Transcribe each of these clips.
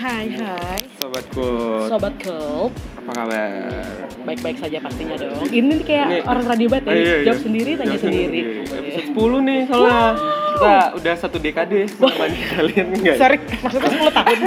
Hai Sobatku, Sobat Kulp. apa kabar? Baik-baik saja pastinya dong. Ini kayak orang radio banget ya. Iya. Jawab sendiri, tanya sendiri. Episode 10 nih soalnya. Kita udah 1 dekade menemani kalian enggak? Sorry, maksudnya 10 tahun.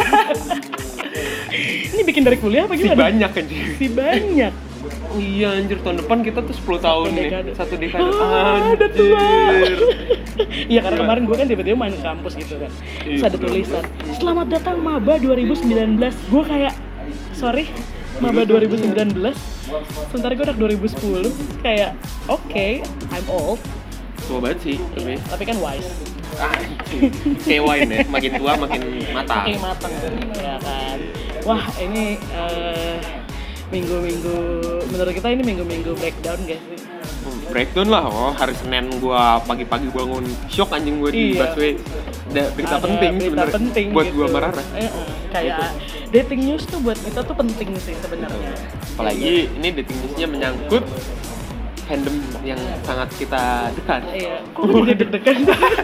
Ini bikin dari kuliah apa Si gimana? banyak anjir. Si banyak. Iya anjir, tahun depan kita tuh 10 tahun nih. 1 dekade. Udah tua. Anjir. Iya, karena kemarin gue kan tiba-tiba main ke kampus gitu kan. Terus ada tulisan, "Selamat datang Maba 2019." Gue kayak, sorry, Maba 2019. Sementara gue anak 2010. Kayak, oke, I'm old. Tua banget sih, Tapi kan wise. kayak wine ya, makin tua makin matang. Oke, matang. Ya kan. Wah, ini minggu-minggu, menurut kita ini minggu-minggu breakdown guys sih. Breakdown lah, hari Senin gua pagi-pagi bangun shock anjing gua di Iya. busway. Ada berita penting sebenarnya buat gitu. gua sama Rara. Kayak dating news tuh buat kita tuh penting sih sebenarnya. Apalagi ini dating newsnya menyangkut fandom yang sangat kita dekat. Iya. Kok jadi deg-degan?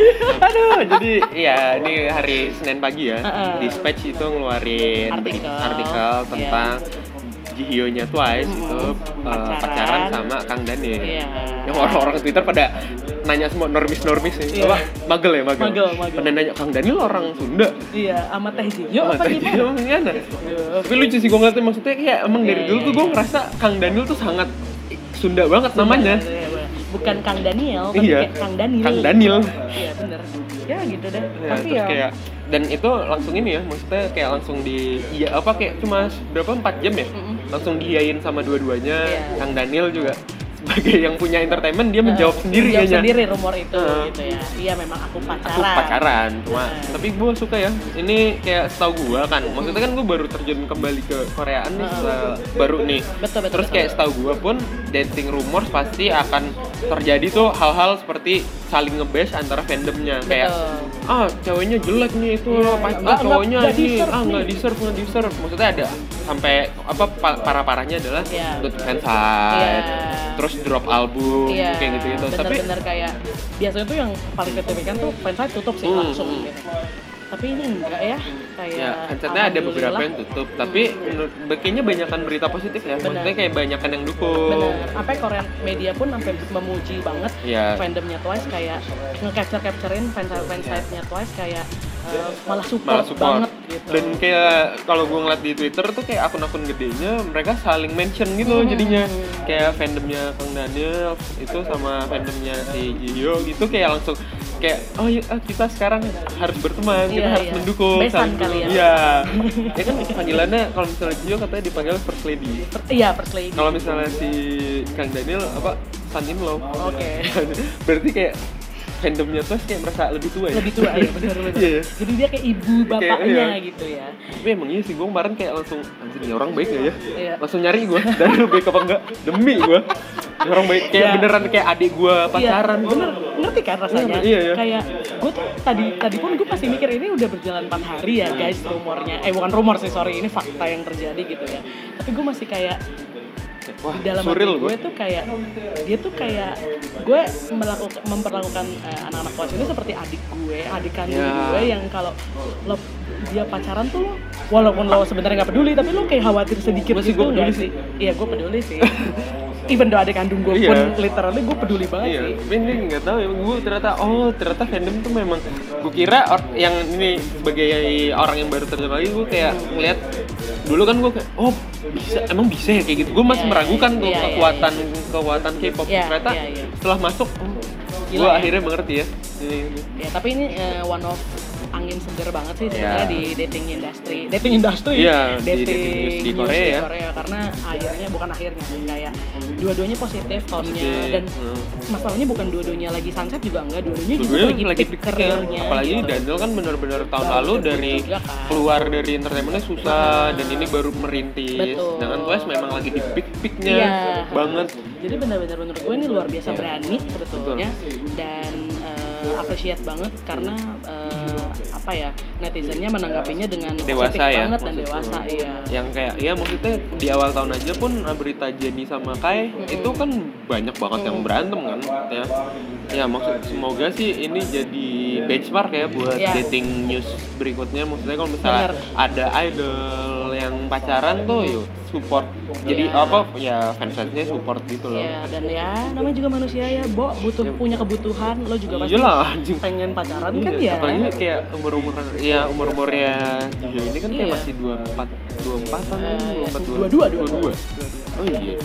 Aduh, jadi ya ini hari Senin pagi ya. Dispatch itu ngeluarin artikel tentang Jihyo-nya Twice itu pacaran sama Kang Daniel. Iya. Yang orang-orang Twitter pada nanya semua normis nih. Iya. Apa? Magel. Magel. Pada nanya Kang Daniel orang Sunda. Iya, sama Teh Jihyo apa gimana? Tapi lucu sih gue ngeliatnya, maksudnya kayak emang dari dulu tuh gue ngerasa Kang Daniel tuh sangat Sunda banget namanya. Bukan Kang Daniel, tapi Iya. kayak Kang Daniel. Kang Daniel. Iya, bener. Ya gitu deh. Ya, Tapi terus ya kayak dan itu langsung ini ya, maksudnya kayak langsung kayak cuma berapa 4 jam ya, langsung diiyain sama dua-duanya. Iya. Kang Daniel juga sebagai yang punya entertainment dia menjawab sendiri menjawab kayaknya. sendiri rumor itu gitu ya. Iya, memang aku pacaran cuma tapi gue suka ya ini kayak setahu gue kan, maksudnya kan gue baru terjun kembali ke Koreaan nih baru nih. Betul. Terus kayak setahu gue pun dating rumors pasti akan terjadi tuh hal-hal seperti saling nge-bash antara fandomnya. Kayak ceweknya jelek nih itu, cowoknya ini nggak deserve. Maksudnya ada sampai parah-parahnya adalah tutup fansite, terus drop album kayak gitu. Bener-bener kayak biasanya tuh yang paling signifikan tuh fansite tutup sih langsung gitu. Tapi ini enggak ya, kayak ya, fansite-nya ada beberapa yang tutup, tapi kayaknya banyakan berita positif ya. Maksudnya kayak banyakan yang dukung. Bener, sampai Korean media pun sampai memuji banget fandomnya Twice, kayak nge-capturein fansite-nya Twice kayak malah support banget gitu. Dan kayak kalau gue ngeliat di Twitter tuh kayak akun-akun gedenya mereka saling mention gitu jadinya. Kayak fandomnya Kang Daniel itu sama fandomnya si Jihyo gitu kayak langsung kayak kita sekarang harus berteman, kita harus mendukung besan kali ya. Iya. Ya kan panggilannya kalau misalnya Jihyo katanya dipanggil First Lady. Iya, First Lady. Kalau misalnya si Kang Daniel son-in-law. Oke. Berarti kayak fandomnya tuh kayak merasa lebih tua ya? Lebih tua ya, bener. Yeah. Jadi dia kayak ibu bapaknya gitu ya. Tapi emang iya sih, gue kemarin kayak langsung anjir ini orang baik gak ya? Iya. Langsung nyari gue, dari lu baik apa enggak? Demi gue ini orang baik, kayak beneran kayak adik gue pacaran. Iya, bener, ngerti kan rasanya? Iya. Kayak gue tuh tadi pun gue pasti mikir ini udah berjalan 4 hari ya guys rumornya. Bukan rumor sih, sorry, ini fakta yang terjadi gitu ya. Tapi gue masih kayak di dalam hati gue tuh kayak dia tuh kayak gue memperlakukan anak-anak kelas ini seperti adik kandung gue yang kalau lo dia pacaran tuh walaupun lo sebenarnya nggak peduli tapi lo kayak khawatir sedikit gitu nggak sih? Iya, gue peduli sih. Even though adik kandung gue pun literally gue peduli banget sih. Tapi ini nggak tahu ya, gue ternyata fandom tuh memang gue kira yang ini sebagai orang yang baru terjun lagi gue kayak ngeliat dulu kan gue kayak bisa ya kayak gitu. Gue masih meragukan tuh kekuatan K-pop. Ternyata setelah masuk gue akhirnya mengerti ya. Ya tapi ini one of angin segar banget sih sebenarnya di dating industry iya, dating di Korea ya. Karena akhirnya kayak dua-duanya positif tone-nya dan masalahnya bukan dua-duanya lagi sunset juga enggak, dua-duanya juga lagi peak karirnya. Apalagi gitu. Daniel kan benar-benar tahun lalu dari keluar dari entertainmentnya susah dan ini baru merintis. Sedangkan Twice memang lagi di peak-peaknya banget. Jadi benar-benar menurut gue ini luar biasa berani sebetulnya dan appreciate banget karena netizennya menanggapinya dengan dewasa positif ya, banget dan dewasa yang kayak maksudnya di awal tahun aja pun berita Jennie sama Kai itu kan banyak banget yang berantem kan ya maksud semoga sih ini jadi benchmark ya buat dating news berikutnya. Maksudnya kalau misalnya ada idol yang pacaran tuh yuk support. Jadi fansnya support gitu loh. Iya, dan ya namanya juga manusia ya, butuh punya kebutuhan, lo juga pasti pengen pacaran kan ya. Apalagi kayak umur-umurnya Jojo ini kan kayak masih 24-an, 22. Oh iya,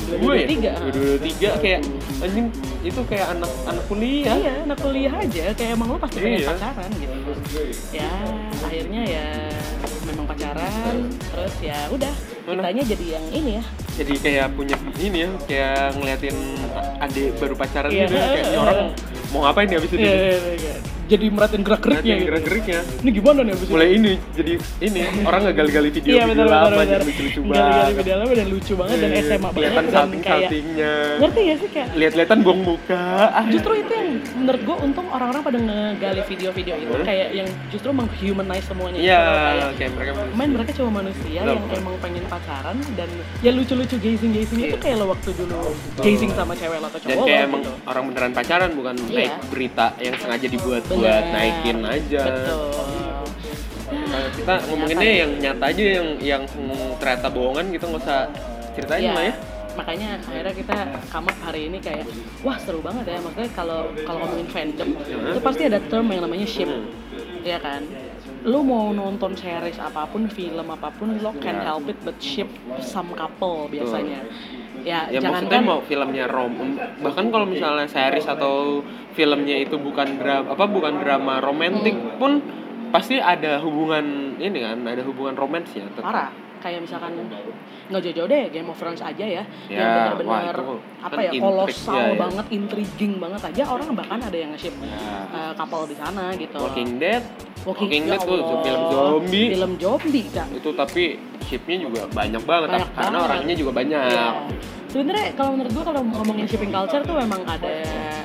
23 kayak anjing itu kayak anak kuliah. Iya, anak kuliah aja kayak emang lo pasti pengen pacaran gitu. Ya, akhirnya ya memang pacaran, terus ya udah kitanya jadi yang ini ya. Jadi kayak punya ini ya, kayak ngeliatin adik baru pacaran gitu kayak orang mau ngapain ya abis itu. Iya. Jadi merhatiin gerak-geriknya gitu. Gerak-geriknya. Ini gimana nih abis itu? Mulai ini jadi ini orang ngegali-gali video lama jadi lucu banget. Gali-gali video lama dan lucu banget dan SMA banget. Kelihatan salting-saltingnya. Ngerti gak sih kayak? Lihat-lihatan buang muka. Justru itu yang menurut gue untung orang-orang pada ngegali video-video itu kayak yang justru menghumanize semuanya. Iya, kayak mereka cuma manusia yang emang pengen pacaran dan ya lucu-lucu gazing itu kayak lo waktu dulu gazing sama cewek lo atau cowok. Dan kayak emang orang beneran pacaran bukan naik berita yang sengaja dibuat buat naikin aja. Betul. Nah, kita ngomonginnya yang nyata aja, yang ternyata bohongan gitu, nggak usah ceritain lah ya. Makanya akhirnya kita come up hari ini kayak wah seru banget ya, maksudnya kalau ngomongin fandom itu pasti ada term yang namanya ship, ya kan? Lu mau nonton series apapun, film apapun, lo can't help it but ship some couple biasanya. Ya jangan maksudnya mau filmnya bahkan kalau misalnya series atau filmnya itu bukan drama romantik pun pasti ada hubungan ini kan, ada hubungan romansnya. Parah. Kayak misalkan nggak jauh-jauh deh Game of Thrones aja ya yang benar-benar kolosal banget, intriguing banget aja, orang bahkan ada yang nge-ship couple di sana gitu. Walking Dead tuh film zombie Kak. Itu tapi shipnya juga banyak banget karena orangnya juga banyak. Ya. Sebenarnya kalau menurut gua kalau ngomongin shipping culture tuh memang ada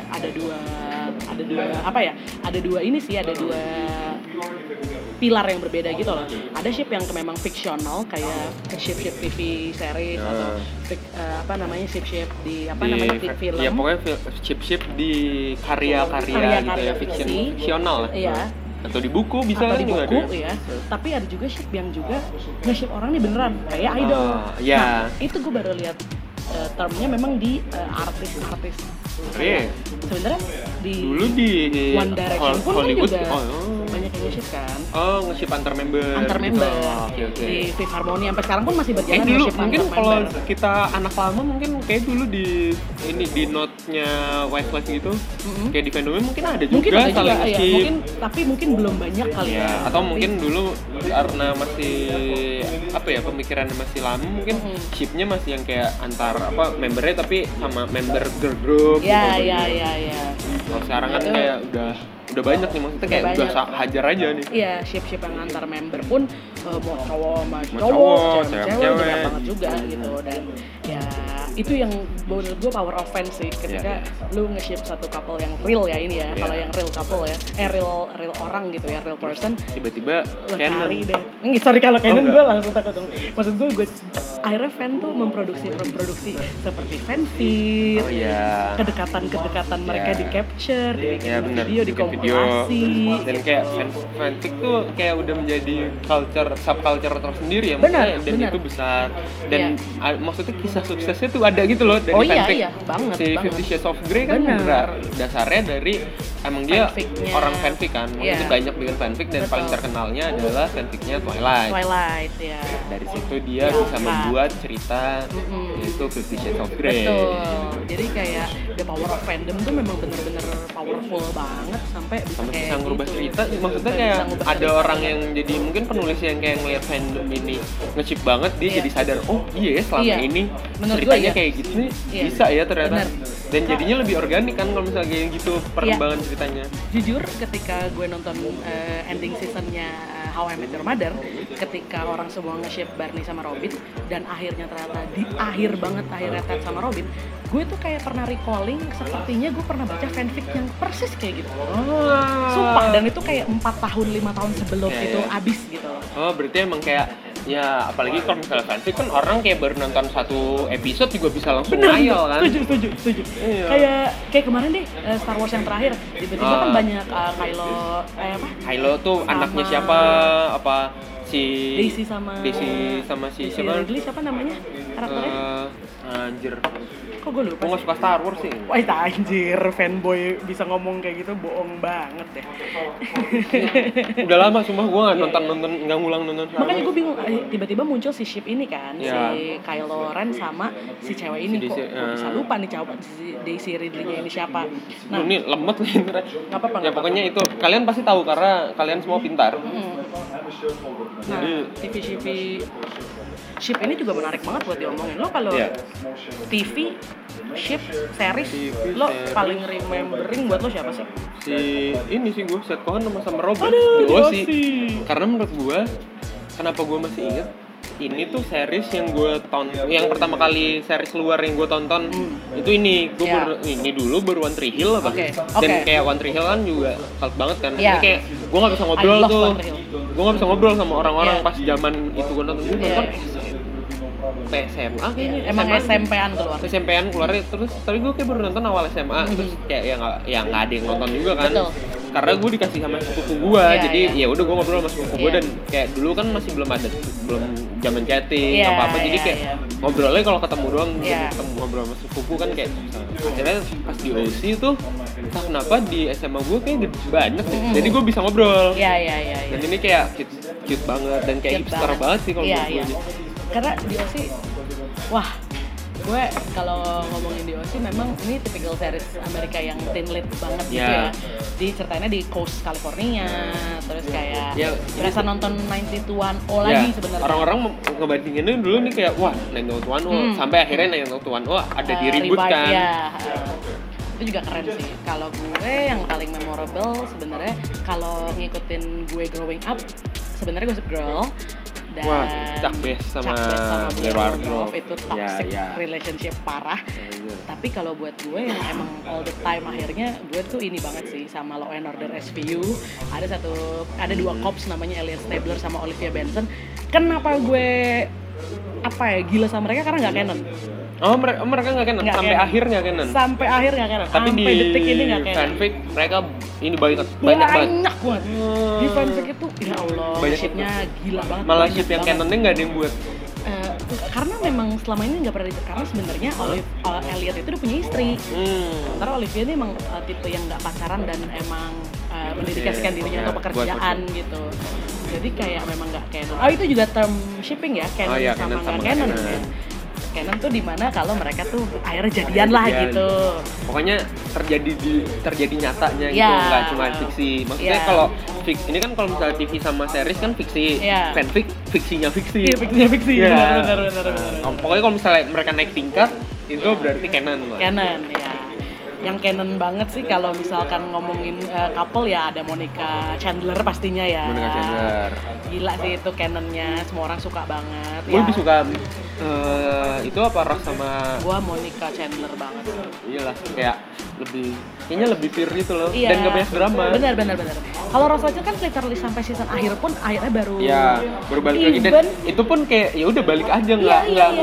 dua pilar yang berbeda gitu loh. Ada ship yang memang fiksional kayak ship TV series atau ship di film. Ya pokoknya ship di karya gitu ya, fiksional lah. Iya. Atau di buku bisa atau kan di buku ya. Tapi ada juga ship yang juga nge-ship orang nih beneran kayak idol. Nah, itu gue baru lihat termnya memang di artis. Sebenarnya dulu di One Direction pun Hollywood kan juga banyak yang nge-ship kan. Nge-ship antar member. Okay. Di Fifth Harmony sampai sekarang pun masih berjalan dulu nge-ship mungkin kalau member. kita anak lama mungkin kayak dulu di note-nya Westlife gitu. Kayak di fandomnya mungkin ada juga saling nge-ship. Mungkin belum banyak kali ya. Atau mungkin dulu karena masih pemikirannya masih lama mungkin shipnya masih yang kayak antar membernya tapi sama member girl group gitu. Iya. Kalau sekarang kan kayak udah banyak nih, maksudnya kayak udah hajar aja nih. Iya, ship yang antar member pun mau cowok sama cowok, cewek banyak banget juga gitu. Dan ya itu yang menurut gue power of fans sih, ketika lu nge-ship satu couple yang real ya ini ya. Kalau yang real couple ya, real orang gitu ya, real person. Tiba-tiba Canon. Sorry kalau Canon gue langsung takut dong. Maksud gue akhirnya fan tuh memproduksi seperti fanfic. Kedekatan mereka di capture, dibikin video, dikompilasi. Dan kayak fanfic tuh kayak udah menjadi subculture tersendiri ya. Benar. Itu besar. Dan maksudnya kisah suksesnya tuh ada gitu loh dari fanfic. Banget. Si 50 Shades of Grey kan dasarnya dari emang dia orang fanfic kan. Maksudnya banyak bikin fanfic dan paling terkenalnya adalah fanficnya Twilight ya. Dari situ dia bisa membuat cerita yaitu 50 Shades of Grey. Betul. Jadi kayak the power of fandom tuh memang benar-benar powerful banget sampai bisa ngerubah cerita. Maksudnya kayak ada orang yang jadi mungkin penulis yang kayak ngeliat fandom ini nge-ship banget, dia jadi sadar selama ini ceritanya kayak gitu nih bisa ya ternyata. Dan jadinya lebih organik kan kalau misalnya kayak gitu perkembangan ceritanya. Jujur ketika gue nonton ending seasonnya How I Met Your Mother, ketika orang semua nge-ship Barney sama Robin dan akhirnya ternyata di akhir Ted sama Robin, gue tuh kayak pernah recalling sepertinya gue pernah baca fanfic yang persis kayak gitu. Sumpah, dan itu kayak 4 tahun 5 tahun sebelum itu abis gitu. Berarti emang kayak Ya, apalagi kalau misalnya fanfic kan orang kayak baru nonton satu episode juga bisa langsung ngayal kan. Setuju. Iya. Kayak kemarin deh Star Wars yang terakhir, tiba-tiba kan banyak Kylo tuh sama anaknya siapa? Apa Daisy sama si siapa? Ridley siapa namanya karakternya? Anjir. Kok gue lupa? Gue nggak suka Star Wars sih. Wah, anjir, fanboy bisa ngomong kayak gitu bohong banget ya. Udah lama sumpah gue nggak ngulang nonton Star Wars. Makanya gue bingung, tiba-tiba muncul si ship ini kan, si Kylo Ren sama si cewek ini, kok bisa lupa nih cowok si Daisy Ridley-nya ini siapa. Nah, ini lemot nih. Nggak apa-apa. Ya pokoknya itu kalian pasti tahu karena kalian semua pintar. Nah, TV ship ini juga menarik banget buat diomongin. Lo kalau TV, ship, series, lo paling remembering buat lo siapa sih? Ini sih gue Seth Cohen sama Robert. Aduh, Karena menurut gue, kenapa gue masih inget? Ini tuh series yang gue tonton, yang pertama kali series luar yang gue tonton itu ini. Gue ini dulu baru One Tree Hill apa? Dan kayak One Tree Hill kan juga cult banget kan. Ini kayak gue nggak bisa ngobrol tuh. Gue nggak bisa ngobrol sama orang-orang pas zaman itu gue nonton. Gue nonton SMA kayaknya. Emang SMP-an keluar terus, tapi gue kayak baru nonton awal SMA. Terus kayak nggak ada yang nonton juga kan. Betul. Karena gue dikasih sama sepupu gue, jadi ya udah gue ngobrol sama sepupu gue dan kayak dulu kan masih belum zaman chatting apa jadi kayak ngobrolnya kalau ketemu doang, ketemu ngobrol sama sepupu kan kayak akhirnya pas di OC tuh entah kenapa di SMA gue kayak banyak jadi gue bisa ngobrol. Dan ini kayak cute banget dan kayak hipster banget sih kalau menurut gue. Karena di OC, wah, gue kalau ngomongin di OC memang ini typical series Amerika yang teen lit banget gitu ya. Ceritanya di Coast California, terus kayak berasa nonton 90210 lagi sebenarnya. Orang-orang ngebandinginnya dulu nih kayak wah 90210 sampai akhirnya 90210 ada di reboot kan. Itu juga keren sih. Kalau gue yang paling memorable sebenarnya kalau ngikutin gue growing up sebenarnya Gossip Girl. Dan Chuck Bass sama Blair Wardrobe itu toxic relationship parah. Tapi kalau buat gue yang emang all the time akhirnya gue tuh ini banget sih sama Law and Order SVU. Ada dua cops namanya Elliot Stabler sama Olivia Benson. Kenapa gue gila sama mereka karena nggak canon. Mereka nggak canon sampai akhir nggak canon. Sampai akhir nggak canon. Tapi sampai detik ini nggak canon. Fanfic mereka ini banyak banget. Di fanfic itu ya Allah, shipnya gila banget. Malah ship yang canonnya nggak ada yang buat. Karena memang selama ini nggak pernah karena sebenarnya Elliot itu udah punya istri. Sementara Olivia ini emang tipe yang nggak pacaran dan emang mendedikasikan dirinya untuk pekerjaan gitu. Jadi kayak memang nggak canon. Itu juga term shipping ya, canon sama nggak canon. Canon tuh dimana kalau mereka tuh akhirnya jadian lah gitu. Pokoknya terjadi nyatanya gitu, nggak cuma fiksi. Maksudnya kalau ini kan kalau misalnya TV sama series kan fiksi, fanfic fiksinya fiksi. Iya, fiksinya fiksi. Benar. Pokoknya kalau misalnya mereka naik tingkat itu berarti canon lah. Canon ya. Yang canon banget sih kalau misalkan ngomongin couple ya ada Monica Chandler pastinya ya. Monica Chandler. Gila sih itu canonnya, semua orang suka banget. Gue lebih suka itu apa Ross sama. Gua Monica Chandler banget. Iyalah kayak kayaknya lebih pure gitu loh. Dan gak banyak drama. Benar. Kalau Ross aja kan literally sampai season akhir pun akhirnya baru balik lagi dan itu pun kayak ya udah balik aja nggak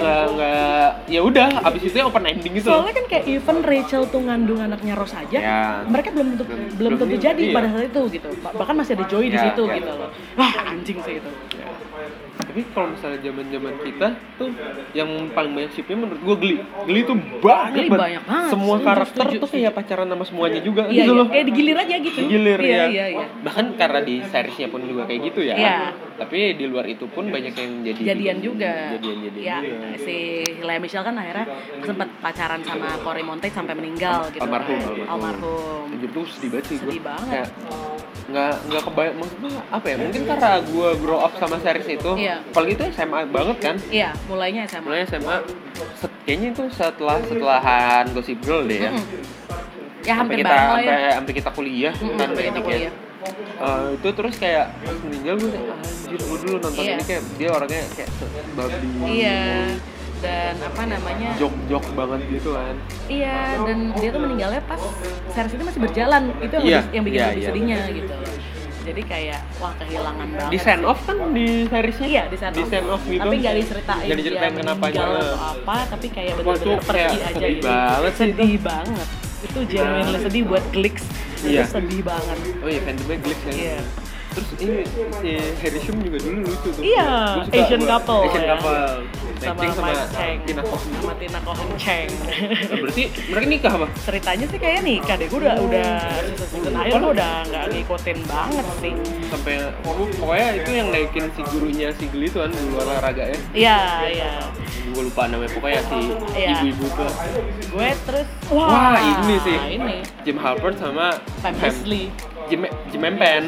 ya udah abis itu open ending gitu. Soalnya kan kayak even Rachel tuh ngandung anaknya Ross aja, mereka belum tentu jadi pada saat itu gitu. Bahkan masih ada Joey di situ gitu loh. Wah, anjing sih itu. Tapi kalau misalnya zaman kita tuh yang paling banyak shipnya menurut gue Glee tuh banyak banget. Semua karakter tuh kayak pacaran sama semuanya juga gitu loh. Kayak digilir aja gitu. Iya. Bahkan karena di seriesnya pun juga kayak gitu ya. Tapi di luar itu pun banyak yang jadian juga. Jadian juga. Si Lea Michele kan akhirnya sempat pacaran sama Cory Monteith sampai meninggal gitu. Almarhum. Anjir tuh sedih banget sih gue. Sedih banget. Nggak kebayang maksudnya apa ya? Mungkin karena gue grow up sama series itu. Apalagi itu SMA banget kan? Iya, mulainya SMA. Kayaknya itu setelahan Gossip Girl deh ya. Ya hampir sampai kita kuliah kan kita kuliah. Itu terus kayak pas meninggal gue kayak anjir gue dulu nonton ini kayak dia orangnya kayak babi. Iya. Dan jok banget gitu kan. Iya, dan dia tuh meninggalnya pas series itu masih berjalan. Itu yang bikin lebih sedihnya gitu. Jadi kayak wah kehilangan banget. Di send off kan di seriesnya? Iya, di send off gitu. Tapi nggak diceritain kenapa atau apa, tapi kayak benar-benar pergi aja sedih gitu. banget sih sedih banget. Itu genuinely sedih buat Glicks. Itu sedih banget. Oh iya, fandomnya Glicks ya. Iya. Terus ini si Harry Shum juga dulu lucu tuh. Iya, Asian couple. Sama Mike Cheng. Tina Koh Cheng. Berarti mereka nikah apa? Ceritanya sih kayak nikah deh. Gue udah season akhir gue udah nggak ngikutin banget sih. Sampai pokoknya itu yang naikin si gurunya si Glee itu kan guru olahraga ya. Iya. Gue lupa namanya, pokoknya si ibu-ibu tuh. Gue terus wah ini sih. Ini Jim Halpert sama Pam Beesly. Jim Empem.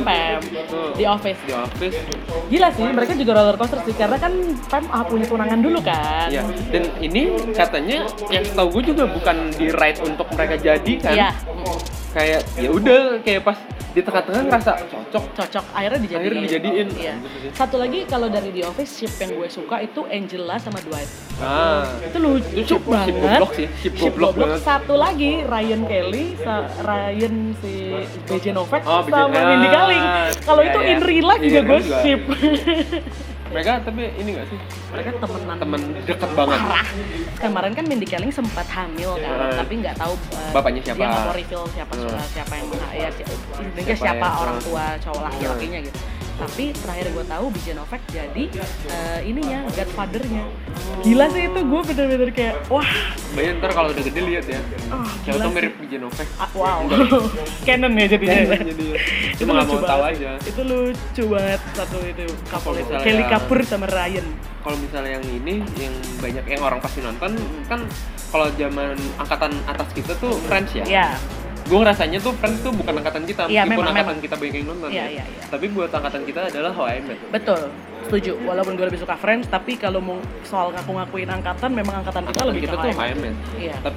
The Office. Gila sih, mereka juga roller coaster sih karena kan Pam punya tunangan dulu kan. Iya. Dan ini katanya yang setahu gue juga bukan di ride untuk mereka jadi kan. Iya. Kayak ya udah kayak pas di tengah-tengah ngerasa cocok akhirnya dijadiin. Iya. Satu lagi kalau dari The Office ship yang gue suka itu Angela sama Dwight. Itu lucu banget. Ship goblok banget. Satu lagi Ryan Kelly, Ryan si BJ Novak sama Mindy Kaling. Kalau itu in real life juga gue ship. Mereka tapi ini nggak sih? Mereka temen deket banget. Parah. Kemarin kan Mindy Kaling sempat hamil kan, tapi nggak tahu bapaknya siapa. Dia nggak mau reveal siapa yang siapa orang tua cowok laki-lakinya gitu. Tapi terakhir gue tahu BJ Novak jadi ininya Godfather-nya. Gila sih itu, gue bener-bener kayak wah. Bayangin ntar kalau udah gede lihat ya. Siapa tuh mirip BJ Novak. Wow. Canon ya jadinya. Itu nggak mau tahu aja. Itu lucu banget satu itu couple itu. Kelly Kapoor sama Ryan. Kalau misalnya yang ini yang banyak yang orang pasti nonton kan kalau zaman angkatan atas kita tuh Friends ya. Iya. Gue ngerasanya tuh Friends tuh bukan angkatan kita, meskipun angkatan kita banyak yang nonton ya. Tapi buat angkatan kita adalah How I Met. Betul, setuju. Walaupun gue lebih suka Friends, tapi kalau mau soal ngaku-ngakuin angkatan, memang angkatan kita lebih kita ke tuh How I Met. Iya. Tapi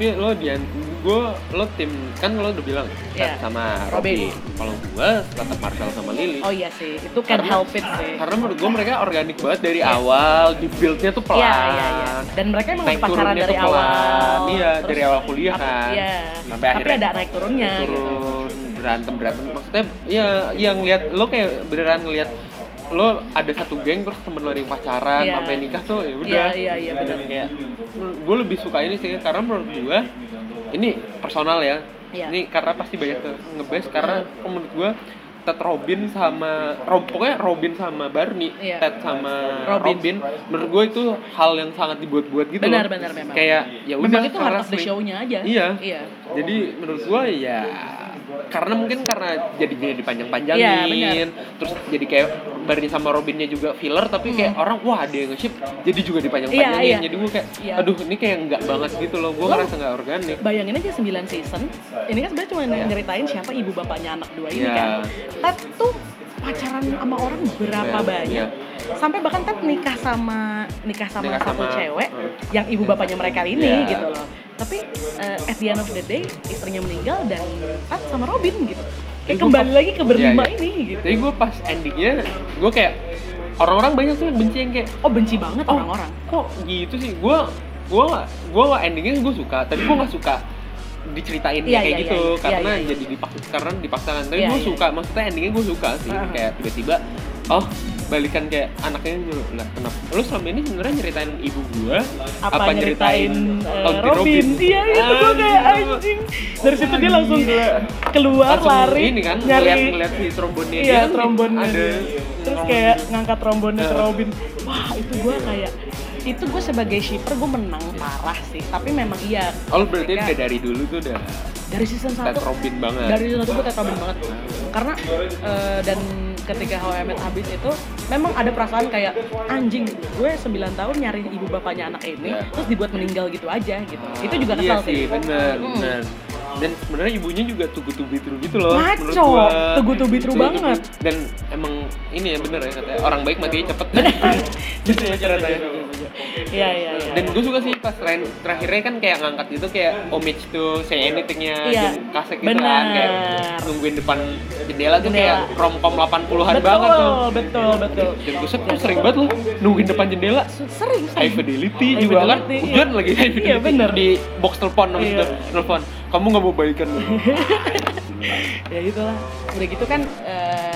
lo tim kan lo udah bilang sama Robin. Kalau gue tetap Marcel sama Lily. Oh iya sih, itu can help it sih. Karena menurut gue mereka organik banget dari awal, di build-nya tuh pelan. Iya. Dan mereka emang pacaran dari awal. Iya, dari awal kuliah kan. Iya. Sampai tapi ada naik turunnya gitu. Berantem maksudnya ya yang lihat lo kayak beneran ngelihat lo ada satu geng terus temen lo yang pacaran sampai nikah tuh ya udah. Iya benar. Kayak gue lebih suka ini sih karena menurut gue ini personal ya. Ini karena pasti banyak ngebahas karena menurut gue Ted Robin sama pokoknya Robin sama Barney, Ted sama Robin menurut gue itu hal yang sangat dibuat-buat gitu. Benar memang. Kayak ya udah memang itu heart of the show-nya aja. Iya. Jadi menurut gue ya karena jadi dipanjang-panjangin, terus jadi kayak Barney sama Robinnya juga filler, tapi kayak orang wah ada yang nge-ship, jadi juga dipanjang-panjangin. Jadi gue kayak aduh ini kayak enggak banget gitu loh, gue ngerasa nggak organik. Bayangin aja 9 season, ini kan sebenarnya cuma nyeritain siapa ibu bapaknya anak dua ini kan. Ted tuh pacaran sama orang berapa banyak. Sampai bahkan Ted nikah sama satu cewek yang ibu bapaknya mereka ini gitu loh. Tapi at the end of the day istrinya meninggal dan Ted sama Robin gitu. Kayak kembali lagi ke berlima ini gitu. Jadi gue pas endingnya gue kayak orang-orang banyak tuh yang benci yang kayak benci banget orang-orang. Kok gitu sih? Gue endingnya gue suka, tapi gue nggak suka diceritain kayak gitu karena jadi dipaksakan. Tapi gue suka, maksudnya endingnya gue suka sih. Kayak tiba-tiba balikan kayak anaknya nyuruh lah kenapa lu selama ini sebenarnya nyeritain ibu gua apa nyeritain Robin. Iya itu gua kayak anjing dari situ dia langsung keluar lari ini kan ngeliat si trombonnya dia trombonnya ada terus kayak ngangkat trombonnya ke Robin. Wah itu gue sebagai shipper gue menang parah sih, tapi memang iya. Berarti udah dari dulu tuh udah dari season 1 Ted Robin banget. Dari season 1 gue Ted Robin banget. Karena dan ketika How I Met habis itu memang ada perasaan kayak anjing gue 9 tahun nyari ibu bapaknya anak ini terus dibuat meninggal gitu aja gitu. Itu juga kesal sih. Bener. Dan sebenarnya ibunya juga tugu true gitu loh. Maco, tugu banget. Dan emang ini ya bener ya katanya orang baik matinya cepet. Gitu ya ceritanya. Iya. Dan gue suka sih pas terakhirnya kan kayak ngangkat gitu kayak homage to Say Anything-nya Jim Kasek gitu kan kayak nungguin depan jendela tuh kayak romcom 80-an banget tuh. Betul. Dan gue sering banget loh nungguin depan jendela. Sering. High Fidelity juga kan. Hujan lagi High Fidelity. Iya bener. Di box telepon telepon. Kamu nggak mau balikan? Ya itulah. Udah gitu kan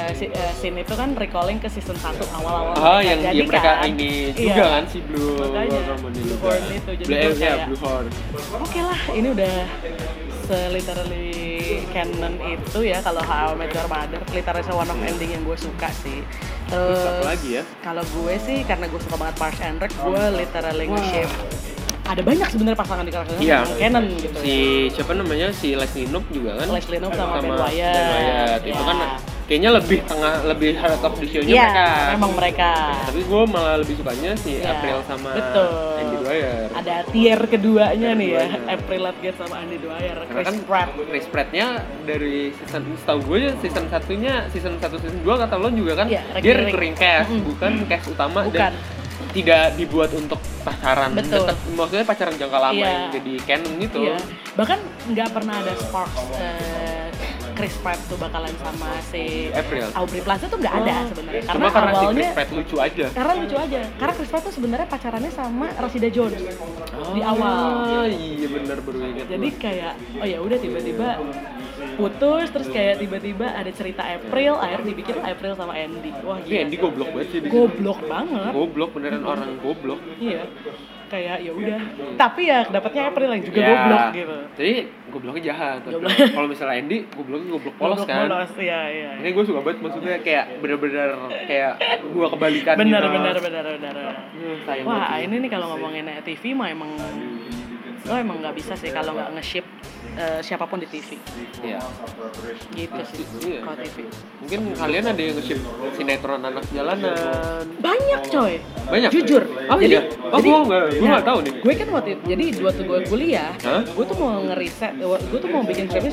scene itu kan recalling ke season 1 awal-awal. Yang jadi mereka kan, ini juga kan si Blue Horn itu. Jadi Blue Horn. Oke lah, ini udah literally canon itu ya kalau How I Met Your Mother, literally one of ending yang gue suka sih. Terus apa lagi ya? Kalau gue sih karena gue suka banget Parks and Rec, gue literally nge-ship. Ada banyak sebenarnya pasangan di karakternya yang canon gitu. Si siapa namanya? Si Leslie Knope juga kan? Leslie Knope sama Ben Wyatt. Itu kan kayaknya lebih heart of the show-nya mereka. Memang mereka. Tapi gue malah lebih sukanya si April sama Andy Dwyer. Ada tier keduanya nih ya, April Ludgate sama Andy Dwyer. Chris Pratt-nya dari setahu gue ya season 1 season 2 kata lo juga kan dia recurring cast, bukan cast utama. Dan tidak dibuat untuk pacaran, tetap maksudnya pacaran jangka lama yang jadi canon gitu. Bahkan nggak pernah ada sparks Chris Pratt tuh bakalan sama si April. Aubrey Plaza tuh nggak ada sebenarnya. Karena awalnya si Chris Pratt lucu aja. Karena Chris Pratt tuh sebenarnya pacarannya sama Rashida Jones di awal. Iya benar baru ingat. Jadi kayak ya udah tiba-tiba putus, terus kayak tiba-tiba ada cerita April, akhirnya dibikin April sama Andy. Wah gila. Andy goblok banget sih. Goblok banget. Goblok beneran orang goblok. Iya. Kayak ya udah. Tapi ya dapatnya April yang juga goblok gitu. Jadi gobloknya jahat. Kalau misalnya Andy goblok polos kan. Polos, iya. Ini gue suka banget maksudnya kayak bener-bener kayak gua kebalikan bener. Wah, ini nih kalau ngomongin TV mah emang lo emang nggak bisa sih kalau nggak nge-ship siapapun di TV. Iya. Gitu sih. Kalau TV. Mungkin kalian ada yang nge-ship sinetron anak jalanan. Banyak coy. Banyak. Jujur. Jadi gue nggak tahu nih. Gue kan waktu gue kuliah, gue tuh mau ngeriset, gue tuh mau bikin skripsi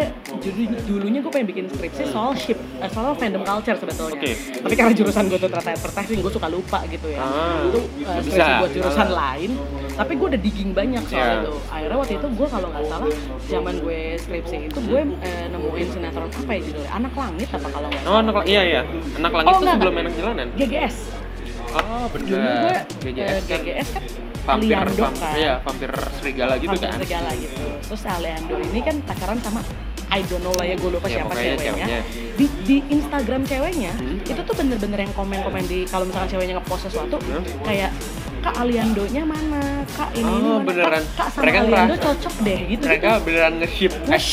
dulunya gue pengen bikin skripsi soal soal fandom culture sebetulnya. Tapi karena jurusan gue tuh ternyata advertising, gue suka lupa gitu ya. Itu skripsi buat jurusan lain. Tapi gue udah digging banyak soal itu. Akhirnya waktu itu gue kalau nggak salah zaman gue skripsi itu gue nemuin sinetron apa ya judulnya, Anak Langit apa kalau nggak salah. Iya. Anak Langit itu sebelum Anak Jalanan. GGS. Oh benar. GGS kan vampir Aliando kan. Iya, vampir serigala gitu kan. Vampir serigala gitu. Terus Aliando ini kan pacaran sama I don't know lah ya, gue lupa siapa ceweknya. Di Instagram ceweknya itu tuh bener-bener yang komen-komen di kalau misalkan ceweknya ngepost sesuatu kayak Kak Aliandonya mana? Kak ini mana? Beneran. Kak sama mereka Aliando cocok deh gitu. Mereka beneran nge-ship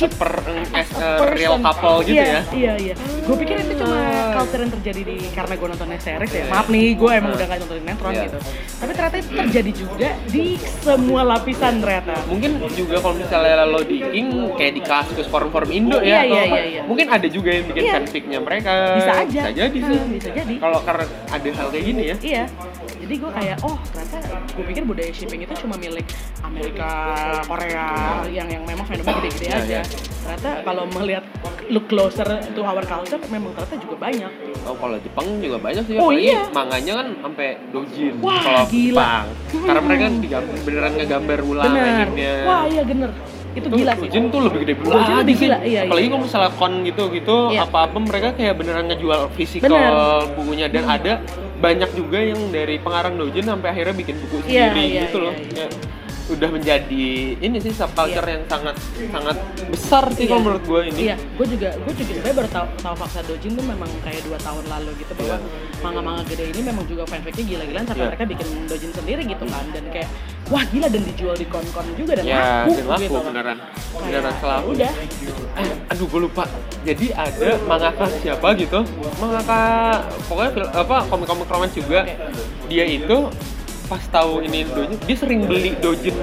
as a real couple gitu ya. Iya. Gue pikir itu cuma culture yang terjadi karena gue nonton series ya. Maaf nih, gue emang udah gak nonton sinetron gitu. Tapi ternyata itu terjadi juga di semua lapisan ternyata. Mungkin juga kalau misalnya lo digging kayak di kasus forum-forum Indo ya. Iya. Mungkin ada juga yang bikin fanficnya mereka. Bisa aja. Bisa jadi sih. Bisa jadi. Kalau karena ada hal kayak gini ya. Iya. Jadi gue kayak ternyata gue pikir budaya shipping itu cuma milik Amerika, Korea yang memang fandomnya gede-gede aja. Ternyata kalau melihat look closer to our culture memang ternyata juga banyak. Kalau Jepang juga banyak sih. Iya. Manganya kan sampai doujin. Wah, gila. Jepang. Karena mereka beneran ngegambar ulang animenya. Wah iya bener. Itu gila sih. Doujin tuh lebih gede banget sih. Iya. Apalagi kalau misalnya con gitu apa-apa mereka kayak beneran ngejual physical bukunya dan ada banyak juga yang dari pengarang doujin sampai akhirnya bikin buku sendiri gitu loh. Ya, udah menjadi ini sih subculture yang sangat besar sih kalau menurut gue ini. Iya, gue juga sebenarnya baru tahu fakta doujin tuh memang kayak 2 tahun lalu gitu bahwa manga-manga gede ini memang juga fanficnya gila-gilaan sampai mereka bikin doujin sendiri gitu kan, dan kayak wah gila, dan dijual di kon-kon juga dan laku gitu. Beneran selalu. Udah. Aduh gue lupa. Jadi ada mangaka siapa gitu, pokoknya komik-komik romance juga. Dia itu pas tahu ini doujin, dia sering beli doujin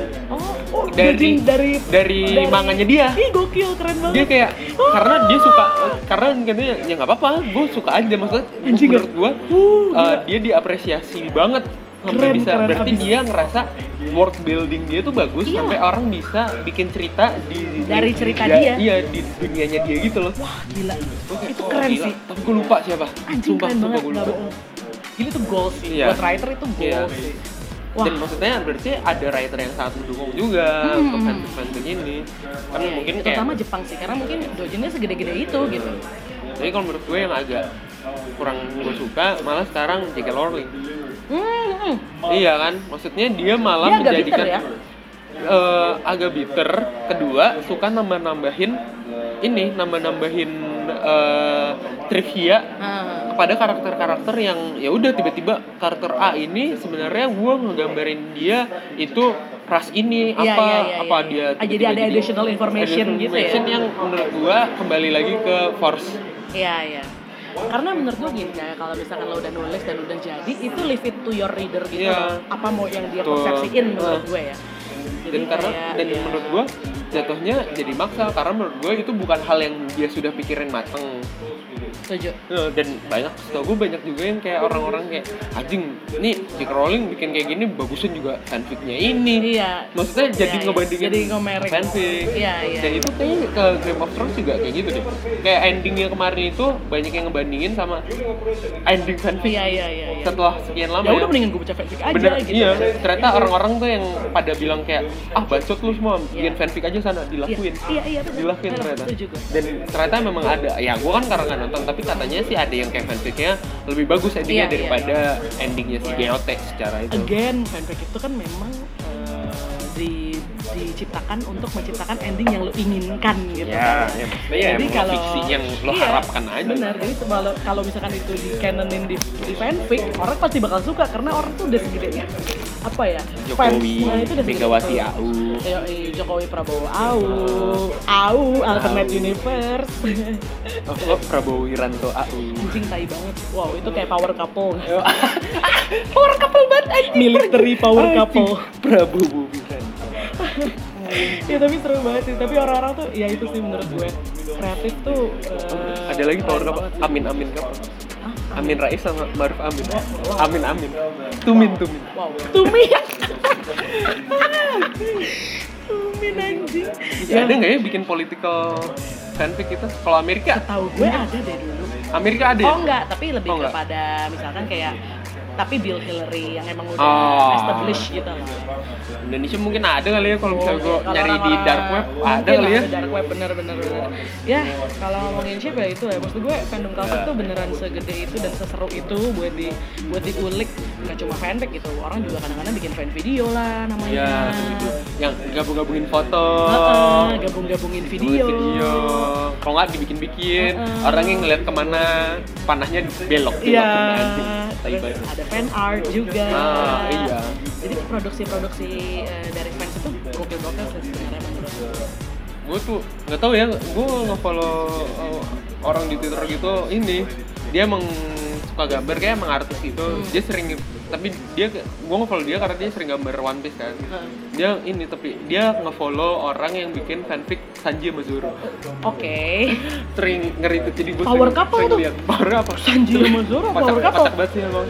dari manganya dia. Ih gokil, keren banget. Dia kayak karena dia suka, karena katanya ya nggak apa-apa, gue suka aja, maksudnya menurut gue dia diapresiasi banget sampai bisa keren, berarti abis. Dia ngerasa world building dia tuh bagus sampai orang bisa bikin cerita dari cerita dia. Iya, di dunianya dia gitu loh. Wah gila, itu keren sih. Tapi gue lupa siapa. Sumpah gue lupa. Ini tuh goals sih, buat writer itu goals sih. Wah. Dan maksudnya berarti ada writer yang sangat mendukung juga untuk fanfic ini. Kan mungkin kayak terutama Jepang sih, karena mungkin doujinnya segede-gede itu gitu. Jadi kalau menurut gue yang agak kurang gue suka malah sekarang J.K. Rowling. Iya kan, maksudnya dia malah menjadikan ya? agak bitter. Kedua, suka nambah-nambahin trivia kepada karakter-karakter yang ya udah tiba-tiba karakter A ini sebenarnya gue ngegambarin dia itu ras ini dia jadi ada additional information gitu ya yang menurut gue kembali lagi ke force. Iya. Karena menurut gue gini, kayak kalau misalkan lo udah nulis dan udah jadi, itu leave it to your reader gitu apa mau yang dia persepsiin menurut gue ya. Jadi dan menurut gue jatuhnya jadi maksa karena menurut gue itu bukan hal yang dia sudah pikirin mateng. Setuju. Dan setahu gue banyak juga yang kayak orang-orang kayak anjing, nih J.K. Rowling bikin kayak gini bagusan juga fanficnya ini. Iya. Maksudnya jadi ngebandingin jadi ngomerek fanfic. Iya. Dan itu kayaknya ke Game of Thrones juga kayak gitu deh. Kayak endingnya kemarin itu banyak yang ngebandingin sama ending fanfic. Iya. Setelah sekian lama. Ya udah mendingan gue baca fanfic aja. Bener, gitu. Iya. Ternyata orang-orang tuh yang pada bilang kayak bacot lu semua bikin fanfic aja sana dilakuin. Iya. Dilakuin ternyata. Dan ternyata memang ada. Ya gue kan karena nggak nonton tapi katanya sih ada yang kayak fanficnya lebih bagus endingnya daripada endingnya si GOT secara itu. Again, fanfic itu kan memang diciptakan untuk menciptakan ending yang lo inginkan gitu kan. Jadi kalau fiksi yang lo harapkan aja. Benar. Jadi kalau misalkan itu di canonin di fanfic, orang pasti bakal suka karena orang tuh udah segede apa ya? Jokowi, Megawati AU. Jokowi Prabowo AU alternate universe. Prabowo Wiranto AU. Anjing tai banget. Wow, itu kayak power couple. Power couple banget anjing. Military power couple. Prabowo Wiranto. Ya tapi seru banget sih. Tapi orang-orang tuh ya itu sih menurut gue kreatif tuh. Ada lagi power couple. Amin couple. Amin Rais sama Maruf Amin. Amin. Tumin. Wow. Tumin anjing. Ya ada nggak ya bikin political fanfic kita? Kalau Amerika? Tahu gue ada deh dulu. Amerika ada? Oh enggak, tapi lebih kepada misalkan kayak tapi Bill Hillary yang emang udah established gitu loh. Indonesia mungkin ada kali ya kalau misalnya gue nyari di dark web ada kali ya. Dark web bener. Ya kalau ngomongin ship ya itu ya, maksud gue fandom culture tuh beneran segede itu dan seseru itu buat diulik. Nggak cuma fanfic gitu, orang juga kadang-kadang bikin fan video lah namanya. Ya, yang gabung-gabungin foto, gabung-gabungin video. Kalau nggak dibikin-bikin, orangnya ngeliat kemana panahnya belok. Iya. Ada fan art juga. Iya. Jadi produksi dari fans itu gokil-gokil sih sebenarnya menurut gue. Gue tuh nggak tahu ya, gue nge-follow orang di Twitter gitu ini dia emang suka gambar kayak emang artis gitu. Dia sering gue nge-follow dia karena dia sering gambar One Piece kan. Dia nge-follow orang yang bikin fanfic Sanji sama Zoro. Oke. Sering ngeri tuh jadi gue power couple tuh. Power apa? Sanji sama Zoro power couple. Kocak banget sih emang.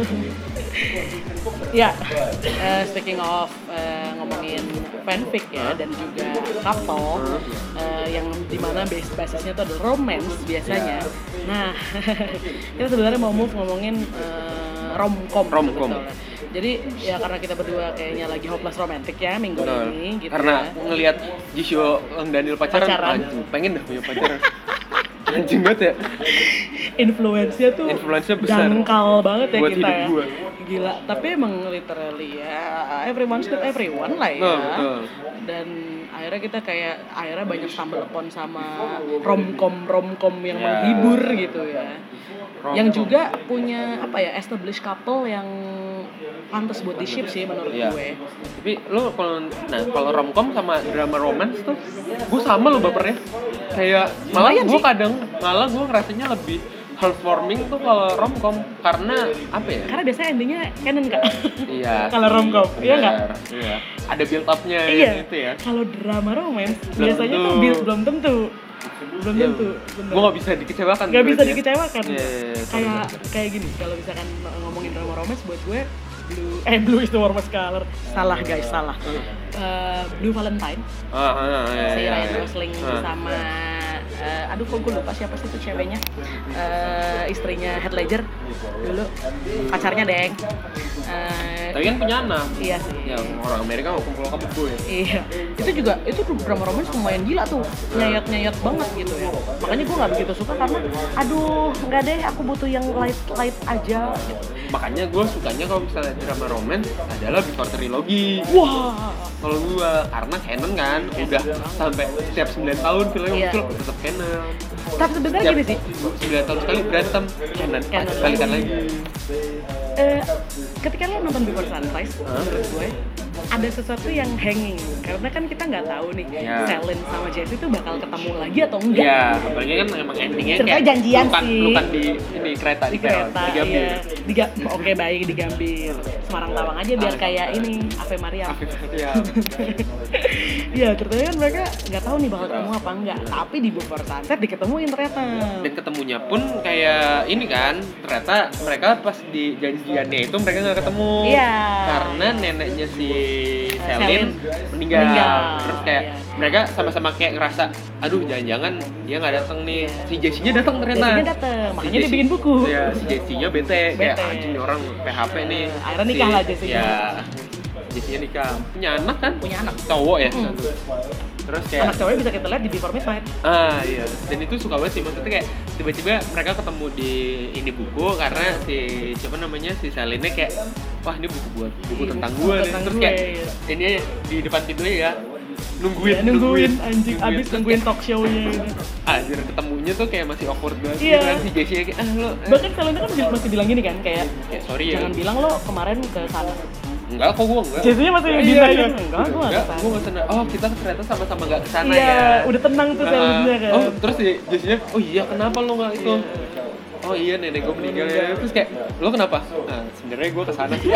Ya, speaking of ngomongin fanfic ya dan juga couple yang dimana basisnya itu adalah romance biasanya. Nah, kita sebenarnya mau ngomongin romcom. Jadi ya karena kita berdua kayaknya lagi hopeless romantic ya minggu ini gitu. Karena ngelihat Jisoo dan Daniel pacaran. Pengen dah punya pacaran. Anjing banget ya. Influence-nya besar. dangkal banget ya buat kita ya. Gua. Gila, tapi emang literally ya everyone's not everyone lah ya. Betul. Dan akhirnya kita akhirnya banyak stumble upon sama romcom yang menghibur gitu ya. Yang juga punya established couple yang pantas buat di ship sih menurut gue. Tapi lo kalau romcom sama drama romance tuh gue sama lo bapernya. Kayak malah gue ngerasanya lebih heartwarming tuh kalau romcom karena apa ya? Karena biasanya endingnya canon Kak. Iya. Kalau romcom, iya nggak? Iya. Ada build up-nya gitu ya. Kalau drama romance biasanya tuh build belum tentu. Bener. Gue nggak bisa dikecewakan. Kayak gini. Kalau misalkan ngomongin drama romance buat gue Blue is the warmest color. Salah guys, salah. Blue Valentine. Si Ryan Gosling sama kok gue lupa siapa sih itu ceweknya. Istrinya Heath Ledger dulu, pacarnya Deng. Tapi kan punya anak. Iya sih. Yang orang Amerika mau kumpul sama gue. Iya. itu drama romance lumayan gila tuh, nyayat banget gitu ya. Makanya gue nggak begitu suka karena aduh nggak deh, aku butuh yang light aja gitu. Makanya gue sukanya kalau misalnya drama romance adalah Before Trilogy. Wah, kalau gue karena canon kan udah sampai setiap 9 tahun filmnya muncul tetap canon. Tapi sebenarnya gini sih, 9 tahun sekali berantem canon balikan lagi. Ketika lo nonton Before Sunrise, menurut gue ada sesuatu yang hanging karena kan kita nggak tahu nih Selin sama Jesse itu bakal ketemu lagi atau enggak. Iya, apalagi kan emang endingnya kayak janjian sih. Bukan di ini kereta di Gambir. Oke, baik di Gambir. Semarang Tawang aja biar kayak ini Ave Maria. Iya, ceritanya kan mereka nggak tahu nih bakal ketemu apa enggak. Tapi di Before Sunset diketemuin ternyata. Dan ketemunya pun kayak ini kan, ternyata mereka pas di janjiannya itu mereka nggak ketemu. Iya. Karena neneknya si Selin meninggal. Terus kayak mereka sama-sama kayak ngerasa, aduh jangan-jangan dia nggak datang nih. Si Jesse-nya datang ternyata. Jesse-nya datang, makanya dia bikin buku. Iya, si Jesse-nya bete. Kayak anjing orang PHP nih. Akhirnya nikah lah Jesse-nya. Ya, Jesse-nya nikah. Punya anak kan? Punya anak. Cowok ya. Terus kayak anak cowoknya bisa kita lihat di Before Midnight. Iya. Dan itu suka banget sih, maksudnya kayak tiba-tiba mereka ketemu di ini buku karena si siapa namanya si Selinnya kayak wah ini buku tentang gue nih. Terus kayak ini di depan pintunya ya nungguin anjing abis nungguin talk show-nya gitu. Anjir ketemunya tuh kayak masih awkward banget gitu kan si Jesse kayak lo bahkan Selinnya kan masih bilang gini kan kayak sorry ya jangan bilang lo kemarin ke sana. Enggak, kok gue enggak. Jesse-nya masih dinain. Enggak, gue enggak kesana. Oh, kita ternyata sama-sama enggak kesana ya. Iya, udah tenang tuh Selinnya kan. Oh, terus Jesse-nya, oh iya kenapa lo enggak itu? Oh iya nenek gue meninggal ya. Terus kayak, lo kenapa? Nah, sebenarnya gue kesana sih.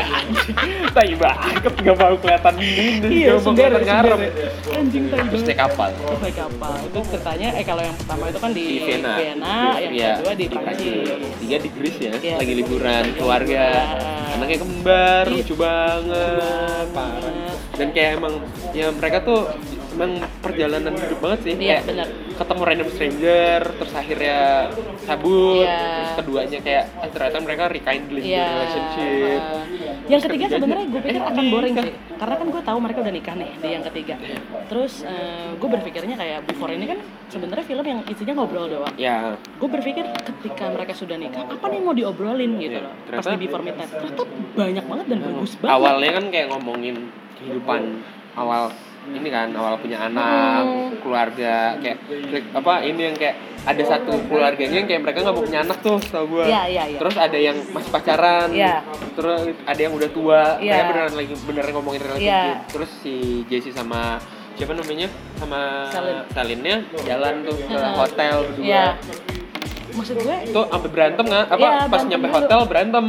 Tai banget, gak mau kelihatan ini. Iya, sebenarnya ngarep. Anjing tai banget. Terus naik kapal. Itu ceritanya, kalau yang pertama itu kan di Vienna, yang kedua di Prancis. Tiga di Greece ya, lagi liburan keluarga. Anaknya kembar, lucu banget, parah. Dan kayak emang, ya mereka tuh emang perjalanan hidup banget sih. Iya, kayak benar. Ketemu random stranger, terus akhirnya cabut, terus keduanya kayak ternyata mereka rekindling relationship. Yang ketiga sebenarnya gue pikir akan boring sih, karena kan gue tahu mereka udah nikah nih di yang ketiga. Terus gue berpikirnya kayak Before ini kan sebenarnya film yang isinya ngobrol doang. Ya. Gue berpikir ketika mereka sudah nikah, apa nih mau diobrolin gitu loh. Pas di Before Midnight, ternyata banyak banget dan bagus banget. Awalnya kan kayak ngomongin kehidupan awal ini kan, awal punya anak, keluarga, kayak apa ini yang kayak ada satu keluarganya yang kayak mereka nggak mau punya anak tuh, tau gue. Iya. Terus ada yang masih pacaran, terus ada yang udah tua, mereka beneran ngomongin relationship. Terus si Jesse sama siapa namanya sama Selinnya jalan tuh ke hotel berdua. Maksud gue tuh sampai berantem nggak? Pas nyampe hotel berantem.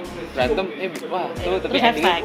Wah tuh tapi endingnya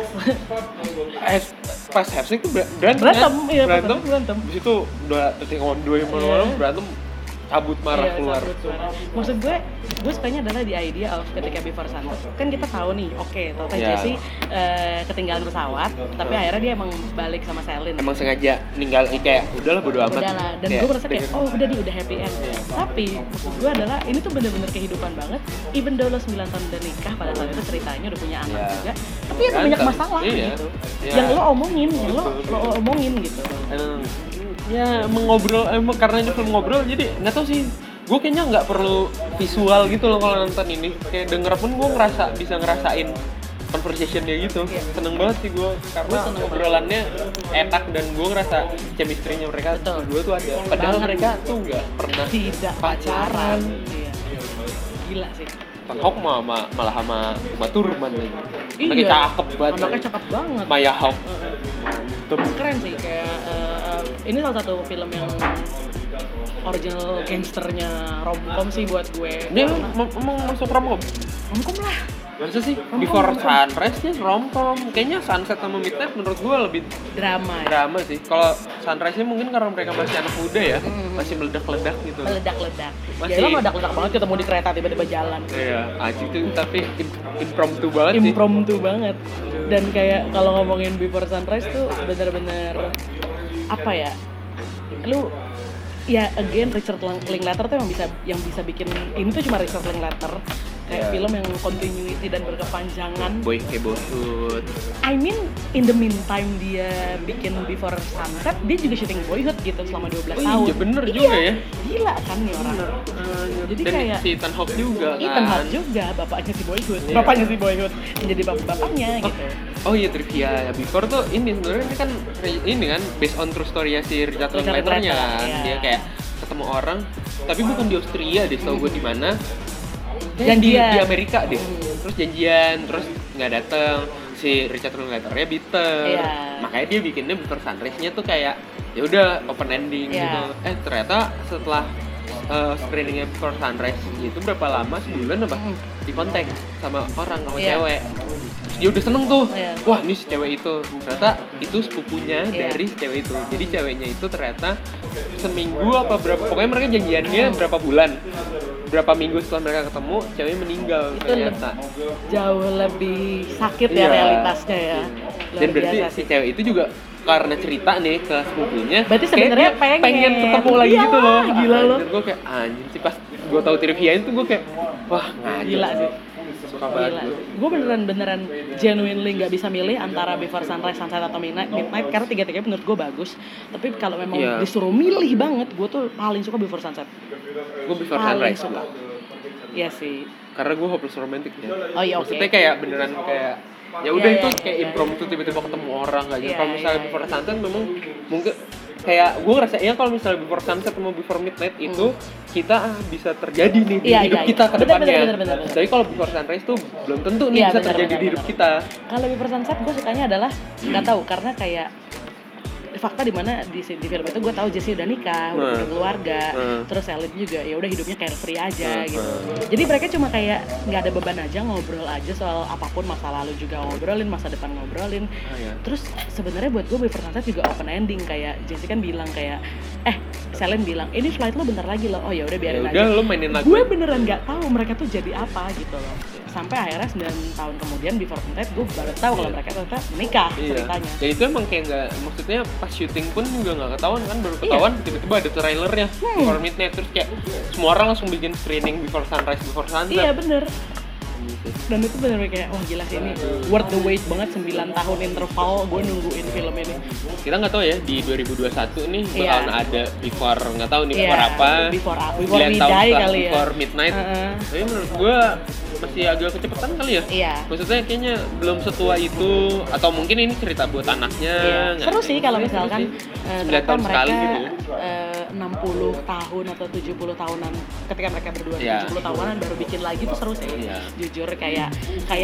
pas have sex tuh berantem. Di situ udah tertinggal dua orang berantem, cabut marah keluar. Maksud gue sukanya adalah the idea of ketika Before Sunset kan kita tahu nih, ternyata Jesse ketinggalan pesawat, tapi akhirnya dia emang balik sama Selin. Emang sengaja ninggal kayak udahlah bodo amat. Dan gue merasa kayak udah happy end. Tapi maksud gue adalah ini tuh bener-bener kehidupan banget. Even though lo 9 tahun udah nikah, pada saat itu ceritanya udah punya anak juga, tapi itu banyak masalah gitu. Yang lo omongin gitu. Ya mengobrol karena ini film ngobrol jadi nggak tahu sih, gue kayaknya nggak perlu visual gitu loh kalau nonton ini, kayak denger pun gue bisa ngerasain conversationnya gitu. Seneng banget sih gue karena obrolannya enak dan gue ngerasa chemistry-nya mereka berdua tuh ada, padahal mereka tuh nggak pernah pacaran. Gila sih. Hawk malah sama Uma Thurman lagi. Anaknya cakep banget. Maya Hawk. Keren sih, kayak ini salah satu film yang original gangsternya romcom sih buat gue. Dia mau masuk romcom? Romcom lah. Masa sih? Before Sunrise dia romcom. Kayaknya Sunset sama Midnight menurut gue lebih drama sih. Kalau Sunrise-nya mungkin karena mereka masih anak muda ya, masih meledak-ledak gitu. Meledak-ledak. Ya lo meledak-ledak banget ketemu di kereta tiba-tiba jalan. Iya, anjing tuh tapi impromptu banget sih. Impromptu banget. Dan kayak kalau ngomongin Before Sunrise tuh bener-bener apa ya? Lu ya again Richard Linklater tuh yang bisa bikin ini tuh cuma Richard Linklater kayak film yang continuity dan berkepanjangan. Boyhood. I mean in the meantime dia bikin Before Sunset, dia juga syuting Boyhood gitu selama 12 tahun. Iya bener juga ya. Gila kan nih orang. Jadi dan kayak si Ethan Hawke juga kan. Ethan Hawke juga bapaknya si Boyhood. Bapaknya si Boyhood menjadi bapaknya gitu. Oh iya, trivia Before tuh ini sebenarnya ini kan based on true story ya si Richard Linklater-nya kan. Iya. Dia kayak ketemu orang tapi bukan di Austria deh, tau gue di mana. Di Amerika deh. Terus janjian, terus nggak dateng. Si Richard Linklater-nya bitter. Makanya dia bikinnya Before Sunrise-nya tuh kayak ya udah open ending gitu. Ternyata setelah screeningnya Before Sunrise itu berapa lama, sebulan apa? Di kontak sama cewek. Dia udah seneng tuh, wah ini si cewek itu, ternyata itu sepupunya dari si cewek itu. Jadi ceweknya itu ternyata seminggu apa berapa, pokoknya mereka janjiannya berapa bulan, berapa minggu setelah mereka ketemu, ceweknya meninggal itu ternyata. Jauh lebih sakit ya realitasnya ya. Dan berarti si cewek itu juga karena cerita nih ke sepupunya, berarti sebenarnya pengen ketemu lagi gitu loh. Gila loh. Dan gue kayak anjir sih, pas gue tahu trivia itu gue kayak wah gila sih. Suka banget gue beneran genuinely nggak bisa milih antara Before Sunrise, Sunset atau Midnight karena tiga-tiganya menurut gue bagus. Tapi kalau memang disuruh milih banget, gue tuh paling suka Before Sunset. Gue Before Sunrise suka. Iya sih. Karena gue hopeless romantic ya. Oh iya, maksudnya kayak beneran kayak ya udah itu kayak impromptu tiba-tiba ketemu orang aja. Kalau misalnya Before Sunset memang mungkin kayak gue ngerasa ya kalau misalnya Before Sunset sama Before Midnight itu kita bisa terjadi nih di hidup kita ke depannya. Tapi kalau Before Sunrise tuh belum tentu nih bisa terjadi di hidup kita. Kalau Before Sunset gue sukanya adalah nggak tahu karena kayak fakta di mana di film itu gue tahu Jesse udah nikah, udah punya keluarga, terus Celine juga ya udah hidupnya carefree aja gitu. Jadi mereka cuma kayak nggak ada beban aja, ngobrol aja soal apapun, masa lalu juga ngobrolin, masa depan ngobrolin. Terus sebenarnya buat gue Before Sunset juga open ending, kayak Jesse kan bilang kayak Celine bilang ini flight lo bentar lagi loh, oh ya udah biarin aja. Lo mainin lagu. Gue beneran nggak tahu mereka tuh jadi apa gitu loh. Sampai akhirnya 9 tahun kemudian Before Sunset gue baru tahu kalau mereka ternyata menikah ceritanya. Ya itu emang kayak nggak, maksudnya pas syuting pun juga nggak ketahuan kan, baru ketahuan tiba-tiba ada trailernya Before Midnight, terus kayak semua orang langsung bikin screening Before Sunrise, Before Sunset. Iya bener. Dan itu bener-bener kayak wah gila sih, ini worth the wait banget, 9 tahun interval gue nungguin film ini. Kita nggak tahu ya di 2021 nih bakalan ada Before, nggak tahu nih Before apa. Before Midnight kali ya. Before Midnight. Tapi menurut gue masih agak kecepatan kali ya. Iya. Maksudnya kayaknya belum setua itu, atau mungkin ini cerita buat anaknya. Seru sih kalau misalkan 9 tahun sekali gitu ya. 60 tahun atau 70 tahunan ketika mereka berdua 70 tahunan baru bikin lagi tuh seru sih. Jujur kayak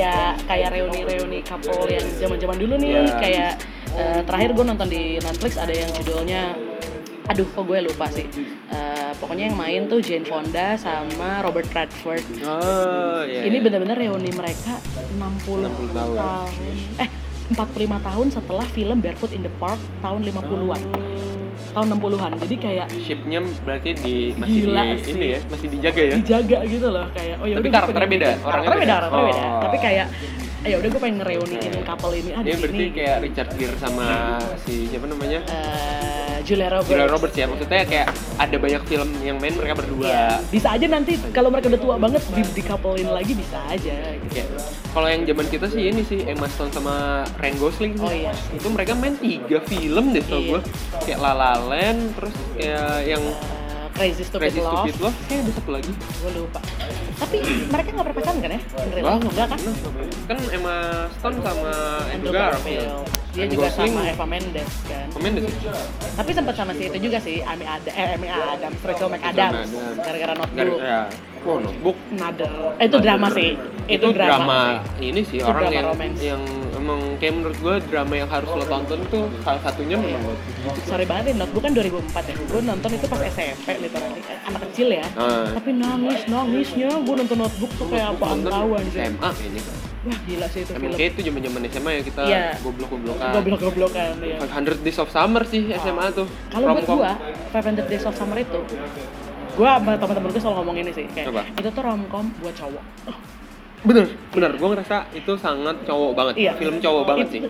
reuni couple yang zaman-zaman dulu nih, kayak terakhir gue nonton di Netflix ada yang judulnya aduh kok gue lupa sih. Pokoknya yang main tuh Jane Fonda sama Robert Redford. Ini benar-benar reuni mereka 60 tahun. 45 tahun setelah film Barefoot in the Park tahun 50-an. Tahun 60-an. Jadi kayak ship-nya berarti masih ini ya, masih dijaga ya. Dijaga gitu loh, kayak oh ya tapi karakternya beda. Karakternya beda. Tapi kayak ya udah gue pengen ngereuniin couple ini di sini. Berarti kayak Richard Gere sama si siapa namanya? Julia Roberts ya, maksudnya kayak ada banyak film yang main mereka berdua. Bisa aja nanti kalau mereka udah tua banget di couplein lagi bisa aja gitu. Kalau yang zaman kita sih ini sih Emma Stone sama Ryan Gosling sih. Oh iya. Itu mereka main 3 film deh tau gue. Kayak La La Land, terus yang Crazy Stupid Love. Kayak ada satu lagi. Gue lupa. Tapi mereka nggak berpacaran kan ya? Enggak kan? Kan Emma Stone sama Andrew Garfield. Dia juga sama Eva Mendes kan. Tapi sempat sama si itu juga sih, Amy Adams, Rachel McAdams. Gara-gara Notebook. Notebook. Itu drama sih. Itu drama ini sih, itu orang yang emang kayak menurut gue drama yang harus lo tonton tuh salah satunya memang. Sorry banget deh, Notebook kan 2004 ya. Gue nonton itu pas SMP literally, anak kecil ya. Tapi nangisnya gue nonton Notebook tuh kayak apaan tahu anjir. SMA ini. Wah gila sih itu film. Kayak itu zaman SMA ya kita goblok-goblokan ya. 500 Days of Summer sih SMA tuh. Kalau buat gua 500 Days of Summer itu gua sama teman-teman gua selalu ngomong ini sih kayak itu tuh romcom buat cowok. Bener, gua ngerasa itu sangat cowok banget. Film cowok banget sih.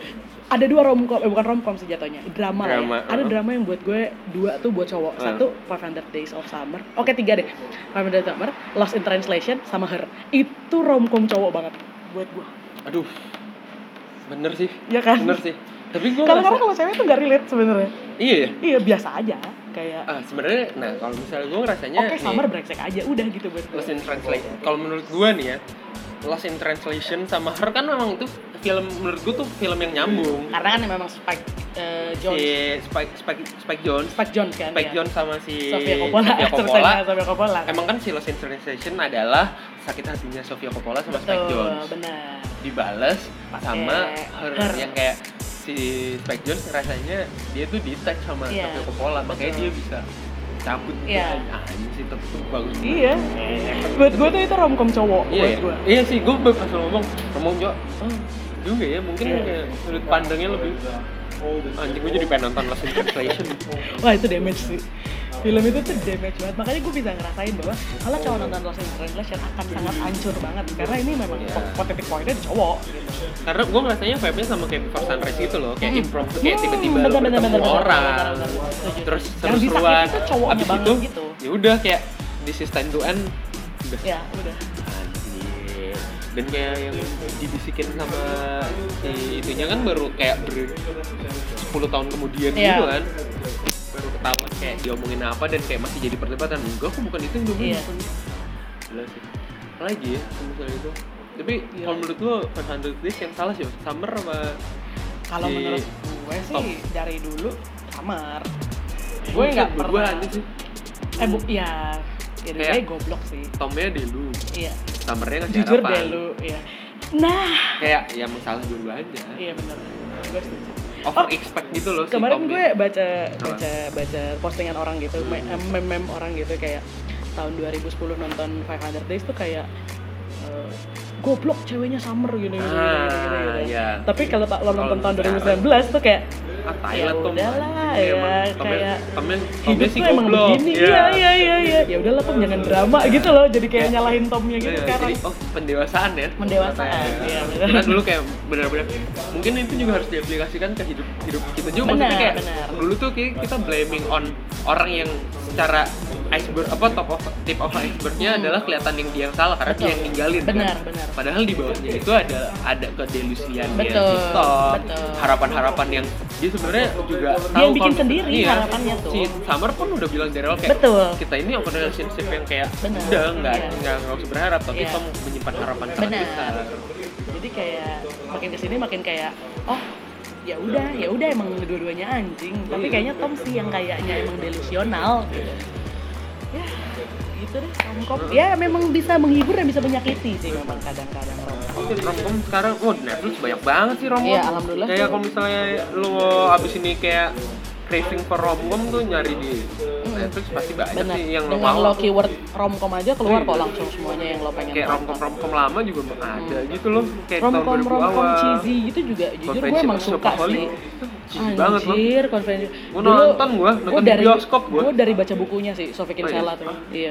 ada 2 romcom, bukan romcom sih jatuhnya, drama ya. Ada drama yang buat gue 2 tuh buat cowok. 1 500 Days of Summer. Oke, 3 deh. 500 Days of Summer, Lost in Translation sama Her. Itu romcom cowok banget buat gue. Aduh. Bener sih. Iya kan? Bener sih. Tapi gue kalau cewek tuh nggak relate sebenarnya. Iya ya? Iya, biasa aja kayak. Sebenarnya kalau misalnya gue ngerasanya Summer brengsek aja udah gitu buat gue. Lost in Translation. Kalau menurut gue nih ya, Lost in Translation sama Her kan memang itu film, menurut gue tuh film yang nyambung. Karena kan memang Spike Jonze. Spike Jonze kan. Spike Jonze sama si Sofia Coppola. Emang kan si Lost in Translation adalah sakit hatinya Sofia Coppola sama Spike Jonze. Benar. Dibales sama Her yang kayak si Spike Jonze rasanya dia tuh di-touch sama Sofia Coppola, makanya dia bisa cabut anjing sih, tapi tuh bagus. Iya. Buat gue tuh itu romcom cowok buat gue. Iya sih, gue pas ngomong romcom cowok. Juga ya, mungkin kayak sudut pandangnya lebih anjing, gue jadi pengen nonton Lost in Translation. Wah, itu damage sih. Film itu tuh damage banget, makanya gue bisa ngerasain bahwa kalau cowok nonton Lost in Translation akan sangat hancur banget, karena ini memang titik poinnya di cowok gitu. Karena gue ngerasanya vibe-nya sama kayak Before Sunrise gitu loh, kayak improv tuh kayak tiba-tiba lo ketemu orang, terus seru-seruan, abis itu ya udah kayak this is time to end, udah. Ya udah. Anjir. Dan kayak yang dibisikin sama si itunya kan baru kayak 10 tahun kemudian gitu kan. Baru ketahuan kayak diomongin apa dan kayak masih jadi perdebatan. Enggak, aku bukan itu yang diomongin. Jelas sih. Apalagi ya misalnya itu. Tapi kalau menurut lo 500 Days yang salah sih Summer apa? Kalau menurut gue sih dari dulu Summer. Gue nggak pernah. Sih. Ya dia goblok sih. Tomnya Delu. Iya. Summernya kan jujur Delu, iya. Nah. Kayak ya masalah dulu aja. Iya benar. Gue setuju. Over expect gitu loh. Kemarin gue baca postingan orang gitu, meme orang gitu kayak tahun 2010 nonton 500 Days tuh kayak goblok ceweknya Summer gitu. Iya. Tapi kalau lo nonton tahun 2019 tuh kayak ya udahlah ya kayak hidup tuh emang begini. Iya. Ya udahlah Tom, jangan drama gitu loh. Jadi kayak nyalahin Tomnya gitu sekarang. Jadi pendewasaan ya. Iya benar. Karena dulu kayak benar-benar mungkin itu juga harus diaplikasikan ke hidup kita juga. Maksudnya kayak dulu tuh kita blaming on orang yang secara iceberg tip of icebergnya adalah kelihatan yang dia yang salah karena dia yang ninggalin. Benar. Padahal di bawahnya itu ada kedelusian dia, harapan-harapan yang dia sebenarnya juga dia yang bikin sendiri harapannya tuh. Si Summer pun udah bilang dari awal kayak kita ini open relationship yang kayak udah nggak usah berharap, tapi kamu menyimpan harapan sangat besar. Jadi kayak makin kesini makin kayak ya udah emang dua-duanya anjing, tapi kayaknya Tom sih yang kayaknya emang delusional gitu. Ya gitu deh romcom. Ya memang bisa menghibur dan bisa menyakiti sih memang kadang-kadang romcom sekarang Netflix banyak banget sih romcom. Iya, alhamdulillah. Kayak kalau misalnya lo abis ini kayak craving for romcom tuh nyari di Netflix pasti banyak sih yang lo mau. Dengan lo keyword romcom aja keluar kok langsung semuanya yang lo pengen. Kayak romcom lama juga ada gitu loh. Kayak romcom cheesy gitu juga jujur gue emang suka sih. Banget loh. Anjir, konvensi. Gue nonton di bioskop gue. Gue dari baca bukunya sih, Sophie Kinsella tuh. Iya.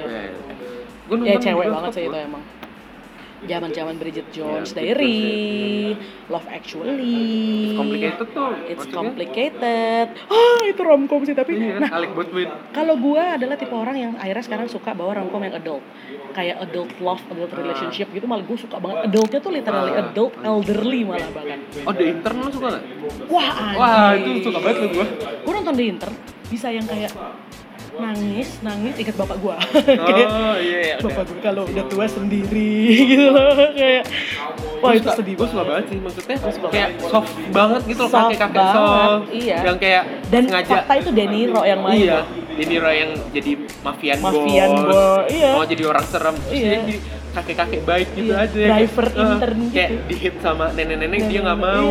Ya cewek banget sih itu emang. Zaman-zaman Bridget Jones Diary, Love Actually. Complicated tuh. It's complicated. Itu romcom sih tapi. Alec Baldwin. Kalau gue adalah tipe orang yang akhirnya sekarang suka bawa romcom yang adult. Kayak adult love, adult relationship gitu malah gue suka banget. Adultnya tuh literally adult, elderly malah bahkan. The Intern lo suka gak? Wah itu suka banget lo gue. Gue nonton The Intern bisa yang kayak nangis ingat bapak gue. Iya. Bapak gue kalau udah tua sendiri gitu loh kayak itu sedih. Gue suka banget sih, maksudnya kayak soft banget gitu loh, kakek soft. Iya. Yang kayak dan sengaja. Fakta itu De Niro yang main. Iya. De Niro yang jadi mafian bos. Iya. Mau jadi orang serem. Iya. Jadi kakek-kakek baik gitu aja. Driver intern gitu. Kayak dihit sama nenek-nenek dia nggak mau.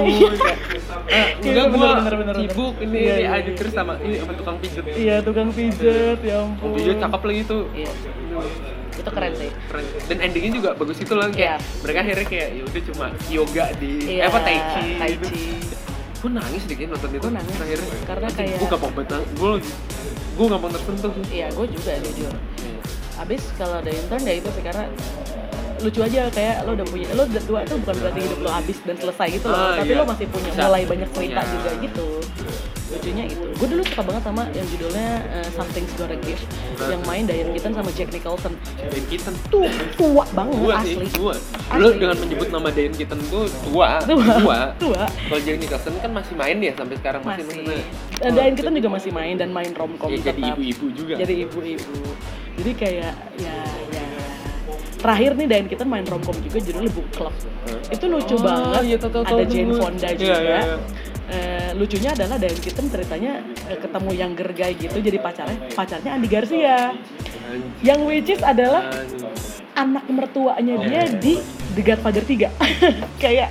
Kayak enggak sibuk ini aja terus sama ini apa tukang pijet. Iya tukang pijet ya ampun. Pijet cakep lagi tuh. Iya. Itu keren sih. Dan endingnya juga bagus itu loh kayak mereka akhirnya kayak ya udah cuma yoga di tai chi. Gue nangis deh nonton itu. Gue nangis akhirnya karena kayak gue gampang banget gue gampang tersentuh sih. Iya gue juga jujur. Abis kalau ada intern ya itu sih karena lucu aja, kayak lo udah punya, lo udah tua tuh bukan berarti hidup lo habis dan selesai gitu loh, tapi lo masih punya mulai banyak cerita juga gitu. Lucunya itu. Gue dulu suka banget sama yang judulnya Something's Gotta Give, yang main Diane Keaton sama Jack Nicholson. Diane Keaton tuh tua banget asli. Lo dengan menyebut nama Diane Keaton tuh tua. Kalau Jack Nicholson kan masih main ya sampai sekarang masih. Diane Keaton juga masih main dan main romcom ya, jadi ibu-ibu juga. Jadi ibu-ibu. Jadi kayak ya terakhir nih Diane Keaton main romcom juga judulnya Book Club. Itu lucu banget. Iya, ada Jane Fonda juga. Iya. Lucunya adalah Diane Keaton ceritanya ketemu younger guy gitu, jadi pacarnya Andy Garcia. Yang which is adalah anak mertuanya dia di The Godfather 3. Kayak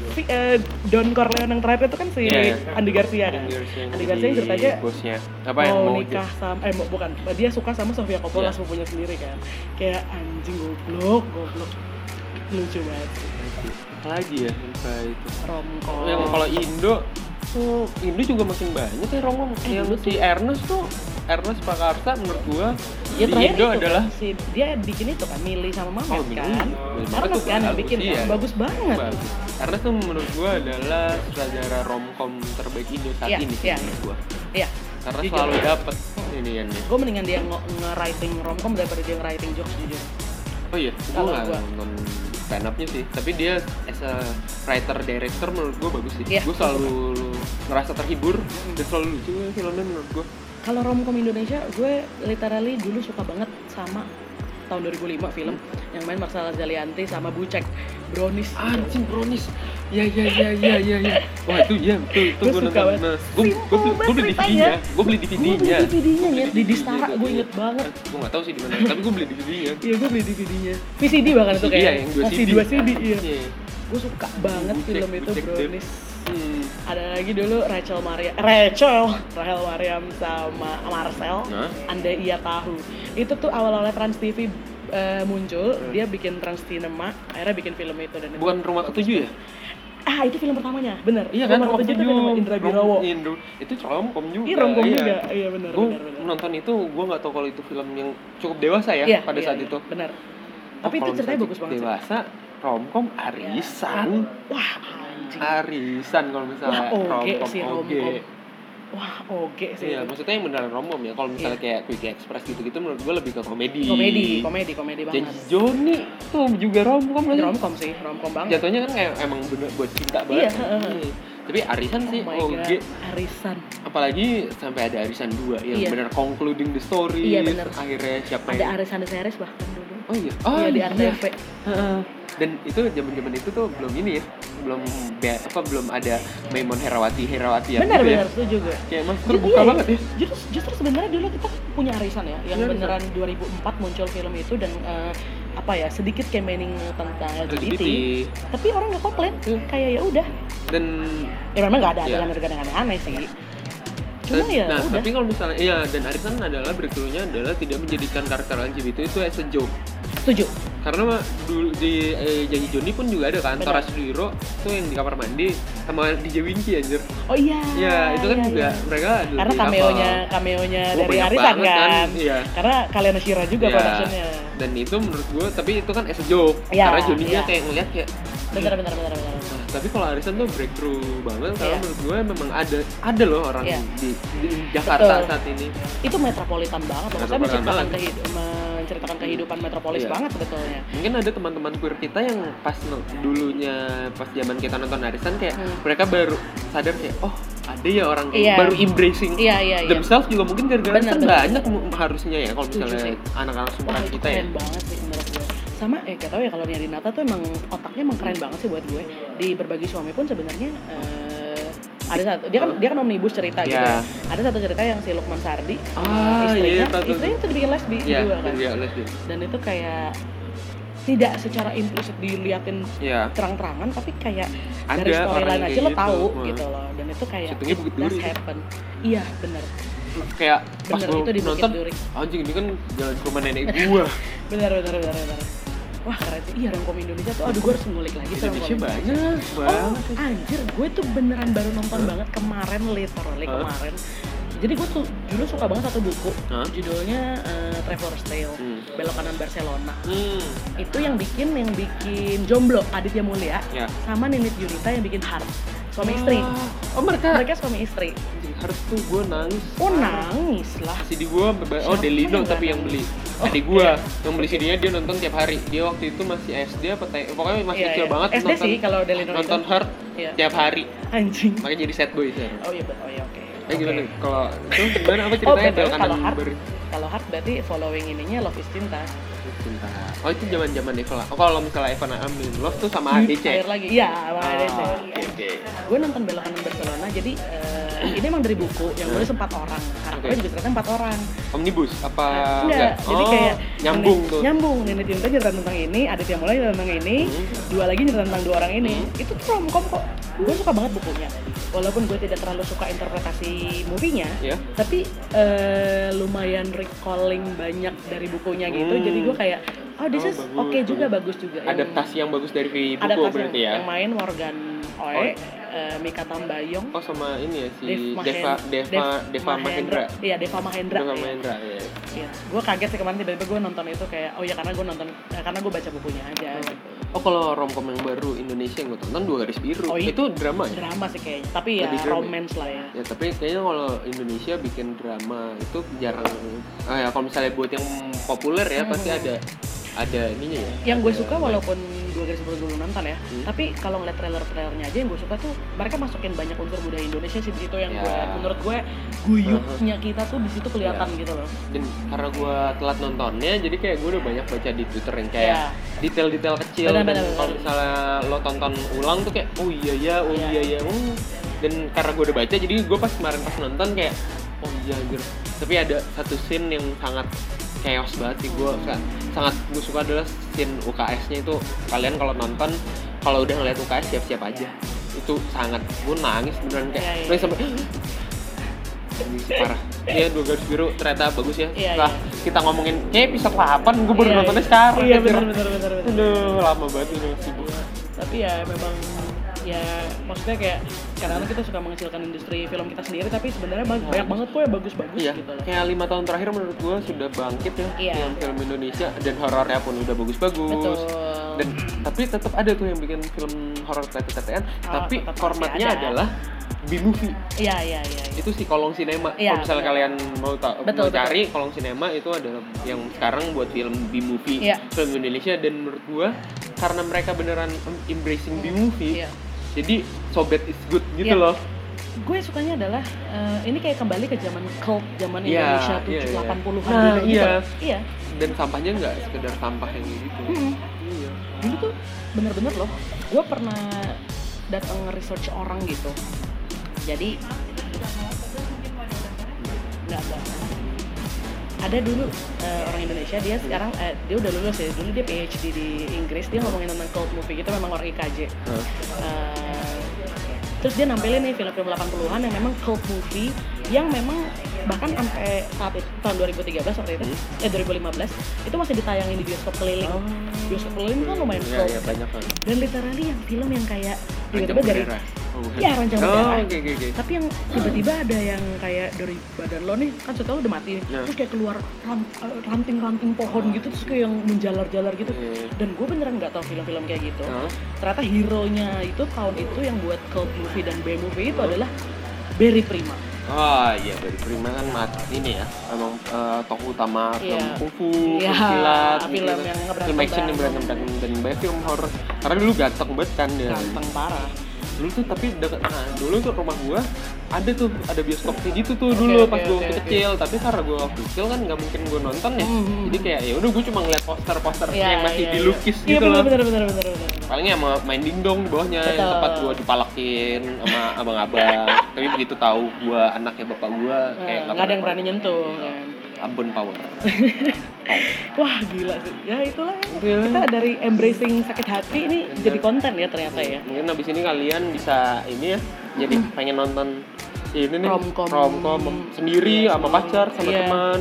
Don Corleone yang terakhir itu kan si Andy Garcia kan. Andy Garcia ceritanya bosnya mau nikah sama bukan, dia suka sama Sofia Coppola, sepupunya sendiri kan. Kayak anjing goblok. Lucu banget. Lagi ya itu romcom. Yang kalau Indo juga makin banyak ya romcom. Yang si Ernest Pakarsa menurut gua ya, di Indo adalah dia bikin itu kan, Millie sama Mamet kan. Ernest kan yang bikin kan, bagus banget. Ernest tuh menurut gua adalah sutradara romcom terbaik Indo saat ini menurut gua. Iya. Karena selalu dapet iniannya. Gua mendingan dia nge-writing romcom daripada dia nge-writing jokes jujur. Oh iya, gua nggak nonton stand-up-nya sih, tapi dia as a writer-director menurut gue bagus sih. Gue selalu ngerasa terhibur dan selalu lucu filmnya menurut gue. Kalau romcom Indonesia, gue literally dulu suka banget sama tahun 2005 film yang main Marcella Zalianty sama Bucek, Brownies. Anjing, Brownies. Ya. Wah itu gue suka banget. Gue beli DVD-nya. Gue beli DVD-nya ya, di Distara, gue inget banget. Gue nggak tahu sih di mana, tapi gue beli DVD-nya. Iya, gue beli DVD-nya. VCD bahkan itu kayak. Iya, yang 2 CD. Iya. Gue suka banget film itu, Brownies. Ada lagi dulu Rachel Mariam sama Marcel. Anda iya tahu. Itu tuh awal-awalnya Trans TV muncul, dia bikin Trans Cinema, akhirnya bikin film itu dan itu. Bukan Rumah Ketujuh ya? Itu film pertamanya, bener. Iya kan, Rumah Ketujuh itu Indra Birowo. Itu romcom juga. Iya, romcom juga. Iya benar. Gue nonton itu, gue nggak tahu kalau itu film yang cukup dewasa ya pada saat itu. Benar. Tapi itu ceritanya bagus banget. Dewasa, romcom, arisan. Wah, arisan kalau misalnya romcom. Wah, oke sih. Iya, maksudnya yang beneran romcom ya. Kalau misalnya kayak Quick Express gitu-gitu menurut gue lebih ke komedi banget. Jadi Johnny tuh juga romcom lagi. Romcom banget. Jatuhnya kan kayak emang bener buat cinta banget. Iya. Tapi arisan sih oke. Arisan. Apalagi sampai ada arisan 2 yang bener concluding the story. Iya, bener. Akhirnya siapa ada arisan series bahkan dulu. Oh iya. Di RTP. Dan itu zaman itu tuh belum ini ya, belum ada Maimon Herawati yang benar, gitu ya. Benar, setuju gue. Kayak emang terbuka banget ya. Justru sebenarnya dulu kita punya arisan ya, yang beneran 2004 muncul film itu dan sedikit campaigning tentang LGBT. Tapi orang nggak komplain, kayak ya udah. Dan ya memang nggak ada adegan aneh sih. Cuma udah. Tapi kalau misalnya dan arisan adalah breakthrough-nya adalah tidak menjadikan karakter LGBT itu as a joke. Setuju. Karena dulu di Janji Joni pun juga ada kan, Tora Sudiro tuh yang di kamar mandi sama DJ Winky anjir. Oh iya. Iya, itu kan juga mereka karena cameonya dari arisan kan. Iya. Karena Kaliana Shira juga productionnya. Dan itu menurut gue, tapi itu kan as a joke. Karena Joninya kayak ngeliat kayak bener. Tapi kalau arisan tuh breakthrough banget karena menurut gue memang ada loh orang di Jakarta saat ini. Itu metropolitan banget loh. Maksudnya menceritakan kehidupan metropolis banget sebetulnya. Mungkin ada teman-teman queer kita yang pas zaman kita nonton arisan kayak mereka baru sadar kayak ada ya orang baru embracing themselves juga mungkin gara-gara kan banyak harusnya ya kalau misalnya anak-anak seumuran kita ya. Keren banget sih menurut gue. Sama gak tau ya kalau Nia Dinata tuh emang otaknya emang keren banget sih buat gue. Di Berbagi Suami pun sebenarnya ada satu dia kan omnibus cerita gitu ya. Ada satu cerita yang si Lukman Sardi istrinya tuh dibikin lesbi juga kan. Lesbi. Dan itu kayak tidak secara implisit diliatin terang-terangan tapi kayak dari storyline aja lo tahu gitu loh. Dan itu kayak it does happen. Iya benar. Kayak pas bener, itu nonton anjing ini kan jalan ke rumah nenek gua. benar. Wah keren sih, romcom Indonesia tuh, gue harus ngulik lagi sama Indonesia banyak banget. Anjir, gue tuh beneran baru nonton banget kemarin, literally kemarin Jadi gue tuh dulu suka banget satu buku, judulnya Traveler's Tale, Belok Kanan Barcelona. Itu yang bikin Jomblo, Aditya Mulya, sama Ninit Yunita yang bikin Heart. Suami istri. Oh mereka suami istri. Harus tuh gue nangis. Oh nangis lah. CD gue, Delino tapi yang beli. Adik gue yang beli CD-nya dia nonton tiap hari. Dia waktu itu masih SD apa pokoknya masih kecil banget. SD nonton, sih kalau Delino nonton Heart tiap hari. Anjing. Makanya jadi sad boy sekarang. Oh iya betul ya oke. Gimana kalau itu gimana apa ceritanya? Kalau Heart berarti following ininya Love is Cinta. Cinta. Oh itu zaman Eva. Oh kalau misalnya Eva Amin Love tuh sama ADC. Air lagi. Iya, sama ADC. Oke. Gue nonton Belok Kanan Barcelona. Jadi ini emang dari buku yang gue 4 orang. Karakternya juga ternyata 4 orang. Omnibus apa? Enggak. Jadi kayak nyambung tuh. Nyambung. Ninit Yunita cerita tentang ini, Aditya Mulya cerita tentang ini, dua lagi cerita tentang 2 orang ini. Itu tuh romcom kok. Gue suka banget bukunya. Walaupun gue tidak terlalu suka interpretasi movie-nya, tapi lumayan recalling banyak dari bukunya gitu. Jadi gue kayak this is oke juga, bagus juga. Adaptasi yang bagus dari buku berarti ya. Yang main Morgan Oe, Mika Tambayong. Oh sama ini ya si Deva Mahendra. Iya Deva Mahendra. Iya. Gue kaget sih kemarin tiba-tiba gue nonton itu kayak karena gue baca bukunya aja. Oh kalau romcom yang baru Indonesia yang gue tonton 2 Garis Biru. Itu drama ya? Drama sih kayaknya. Tapi ya romance lah ya. Ya tapi kayaknya kalau Indonesia bikin drama itu jarang. Ya kalau misalnya buat yang populer ya pasti ada ininya ya. Yang gue suka walaupun 2 Garis Biru belum nonton ya, tapi kalau ngeliat trailer-trailernya aja yang gue suka tuh mereka masukin banyak unsur budaya Indonesia sih di situ yang menurut gue guyupnya kita tuh di situ kelihatan gitu loh. Dan karena gue telat nontonnya, jadi kayak gue udah banyak baca di Twitter yang kayak detail-detail kecil. Dan kalau misalnya lo tonton ulang tuh kayak oh iya ya. Dan karena gue udah baca, jadi gue pas nonton kayak oh iya anjir. Tapi ada satu scene yang sangat chaos banget sih, gue suka adalah scene UKS-nya itu. Kalian kalau nonton, kalau udah ngeliat UKS siap-siap aja. Itu sangat, gue nangis beneran kayak nangis sampai ini parah. Iya 2 Garis Biru ternyata bagus ya. Setelah kita ngomongin kayak episode 8, gue baru nontonnya sekarang. Iya benar. Aduh lama banget ini sibuk. Tapi ya memang ya maksudnya kayak kadang-kadang kita suka mengecilkan industri film kita sendiri, tapi sebenarnya banyak banget kok yang bagus-bagus gitu loh. Kayak 5 tahun terakhir menurut gue sudah bangkit ya film Indonesia, dan horornya pun udah bagus-bagus. Dan tapi tetap ada tuh yang bikin film horor tete-tetean, tapi formatnya adalah B-movie. Iya. Itu si Kolong Sinema. Kalau misalnya kalian mau cari Kolong Sinema itu adalah yang sekarang buat film B-movie film Indonesia, dan menurut gue karena mereka beneran embracing B-movie. Jadi so bad is good gitu loh. Gue sukanya adalah ini kayak kembali ke zaman cult zaman Indonesia 80-an dulu gitu. Iya. Dan sampahnya nggak sekedar sampah yang gitu. Iya. Dulu tuh bener-bener loh. Gue pernah datang research orang gitu. Jadi nggak. Ada dulu orang Indonesia, dia sekarang dia udah lulus ya, dulu dia PhD di Inggris, dia ngomongin tentang cult movie gitu, memang orang IKJ. Terus dia nampilin nih film-film 80-an yang memang cult movie yang memang bahkan sampai saat itu tahun 2013 waktu itu 2015 itu masih ditayangin di bioskop keliling. Bioskop keliling kan lumayan cult. Iya, banyak kan. Dan literally yang film yang kayak tiba-tiba dari Rancang Bendera. Tapi yang tiba-tiba ada yang kayak dari badan lo nih kan setelah udah mati, terus kayak keluar ranting-ranting pohon gitu, terus kayak yang menjalar-jalar gitu. Dan gue beneran nggak tahu film-film kayak gitu. Ternyata hero-nya itu tahun itu yang buat cult movie dan B-movie itu adalah Barry Prima. Oh iya, Barry Prima kan ini ya, emang tokoh utama film kungfu, silat, film yang film action yang berantem dan banyak film horror. Karena dulu ganteng banget kan dia. Ganteng parah. Dulu tuh tapi dulu tuh rumah gua ada bioskop kayak gitu tuh dulu pas gua kecil. Tapi karena gua waktu kecil kan nggak mungkin gua nonton ya. Jadi kayak ya udah gua cuma ngeliat poster yang masih dilukis gitu loh. Bener. Palingnya sama main dingdong di bawahnya, yang tempat gua dipalakin sama abang-abang. Tapi begitu tahu gua anaknya bapak gua kayak nggak ada yang berani nyentuh. Ambon power. Wah gila sih. Ya itulah kita dari embracing sakit hati ini jadi konten ya ternyata ya. Mungkin abis ini kalian bisa ini ya, jadi pengen nonton ini nih romcom sendiri sama pacar sama teman.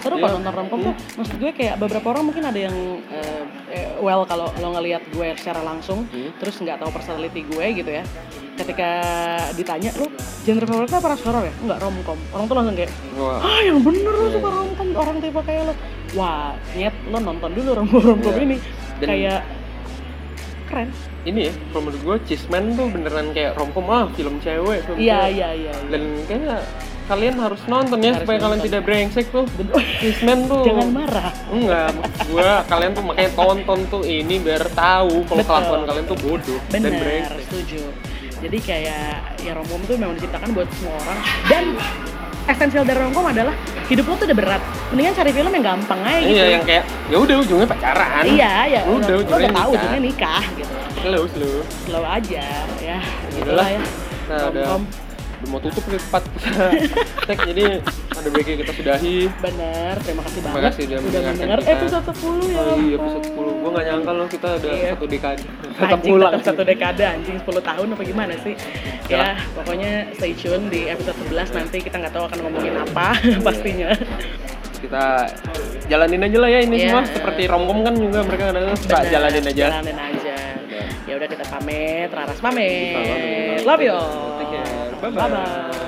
seru kok nonton romcom tuh. Maksud gue kayak beberapa orang mungkin ada yang kalau lo ngelihat gue secara langsung terus nggak tahu personality gue gitu ya, ketika ditanya lo genre favoritnya apa horor ya, enggak romcom, orang tuh langsung kayak yang bener lo suka romcom, orang tipe kayak lo, wah nyet lo nonton dulu romcom ini. Dan kayak keren ini ya, kalau menurut gue Cheeseman tuh beneran kayak romcom, film cewek, iya. Dan kayaknya kalian harus nonton ya, supaya kalian tidak brengsek tuh. Cheeseman tuh jangan marah. Enggak, maksud gue kalian tuh makanya tonton tuh ini biar tahu kalau kelakuan kalian tuh bodoh dan brengsek. Setuju. Jadi kayak ya romcom tuh memang diciptakan buat semua orang, dan esensial dari romcom adalah hidup lo tuh udah berat, mendingan cari film yang gampang aja gitu. Iya, yang kayak ya udah ujungnya pacaran. Iya, udah tahu ujungnya nikah gitu. Slow aja ya. Gitulah ya. Nah, udah mau tutup nih tepat tek, jadi ada baiknya kita sudahi. Bener, terima kasih banget. Terima kasih udah mendengar episode 10 ya. Iya, episode 10. Gua enggak nyangka loh kita udah satu dekade. Tetap satu dekade anjing, 10 tahun apa gimana sih? Ya, pokoknya stay tune di episode 11 nanti kita nggak tahu akan ngomongin apa pastinya. Kita jalanin aja lah ya ini semua, seperti romcom kan juga mereka kadang suka jalanin aja. Ya udah kita pamit, Raras pamit. Love you all. Take care. Bye bye.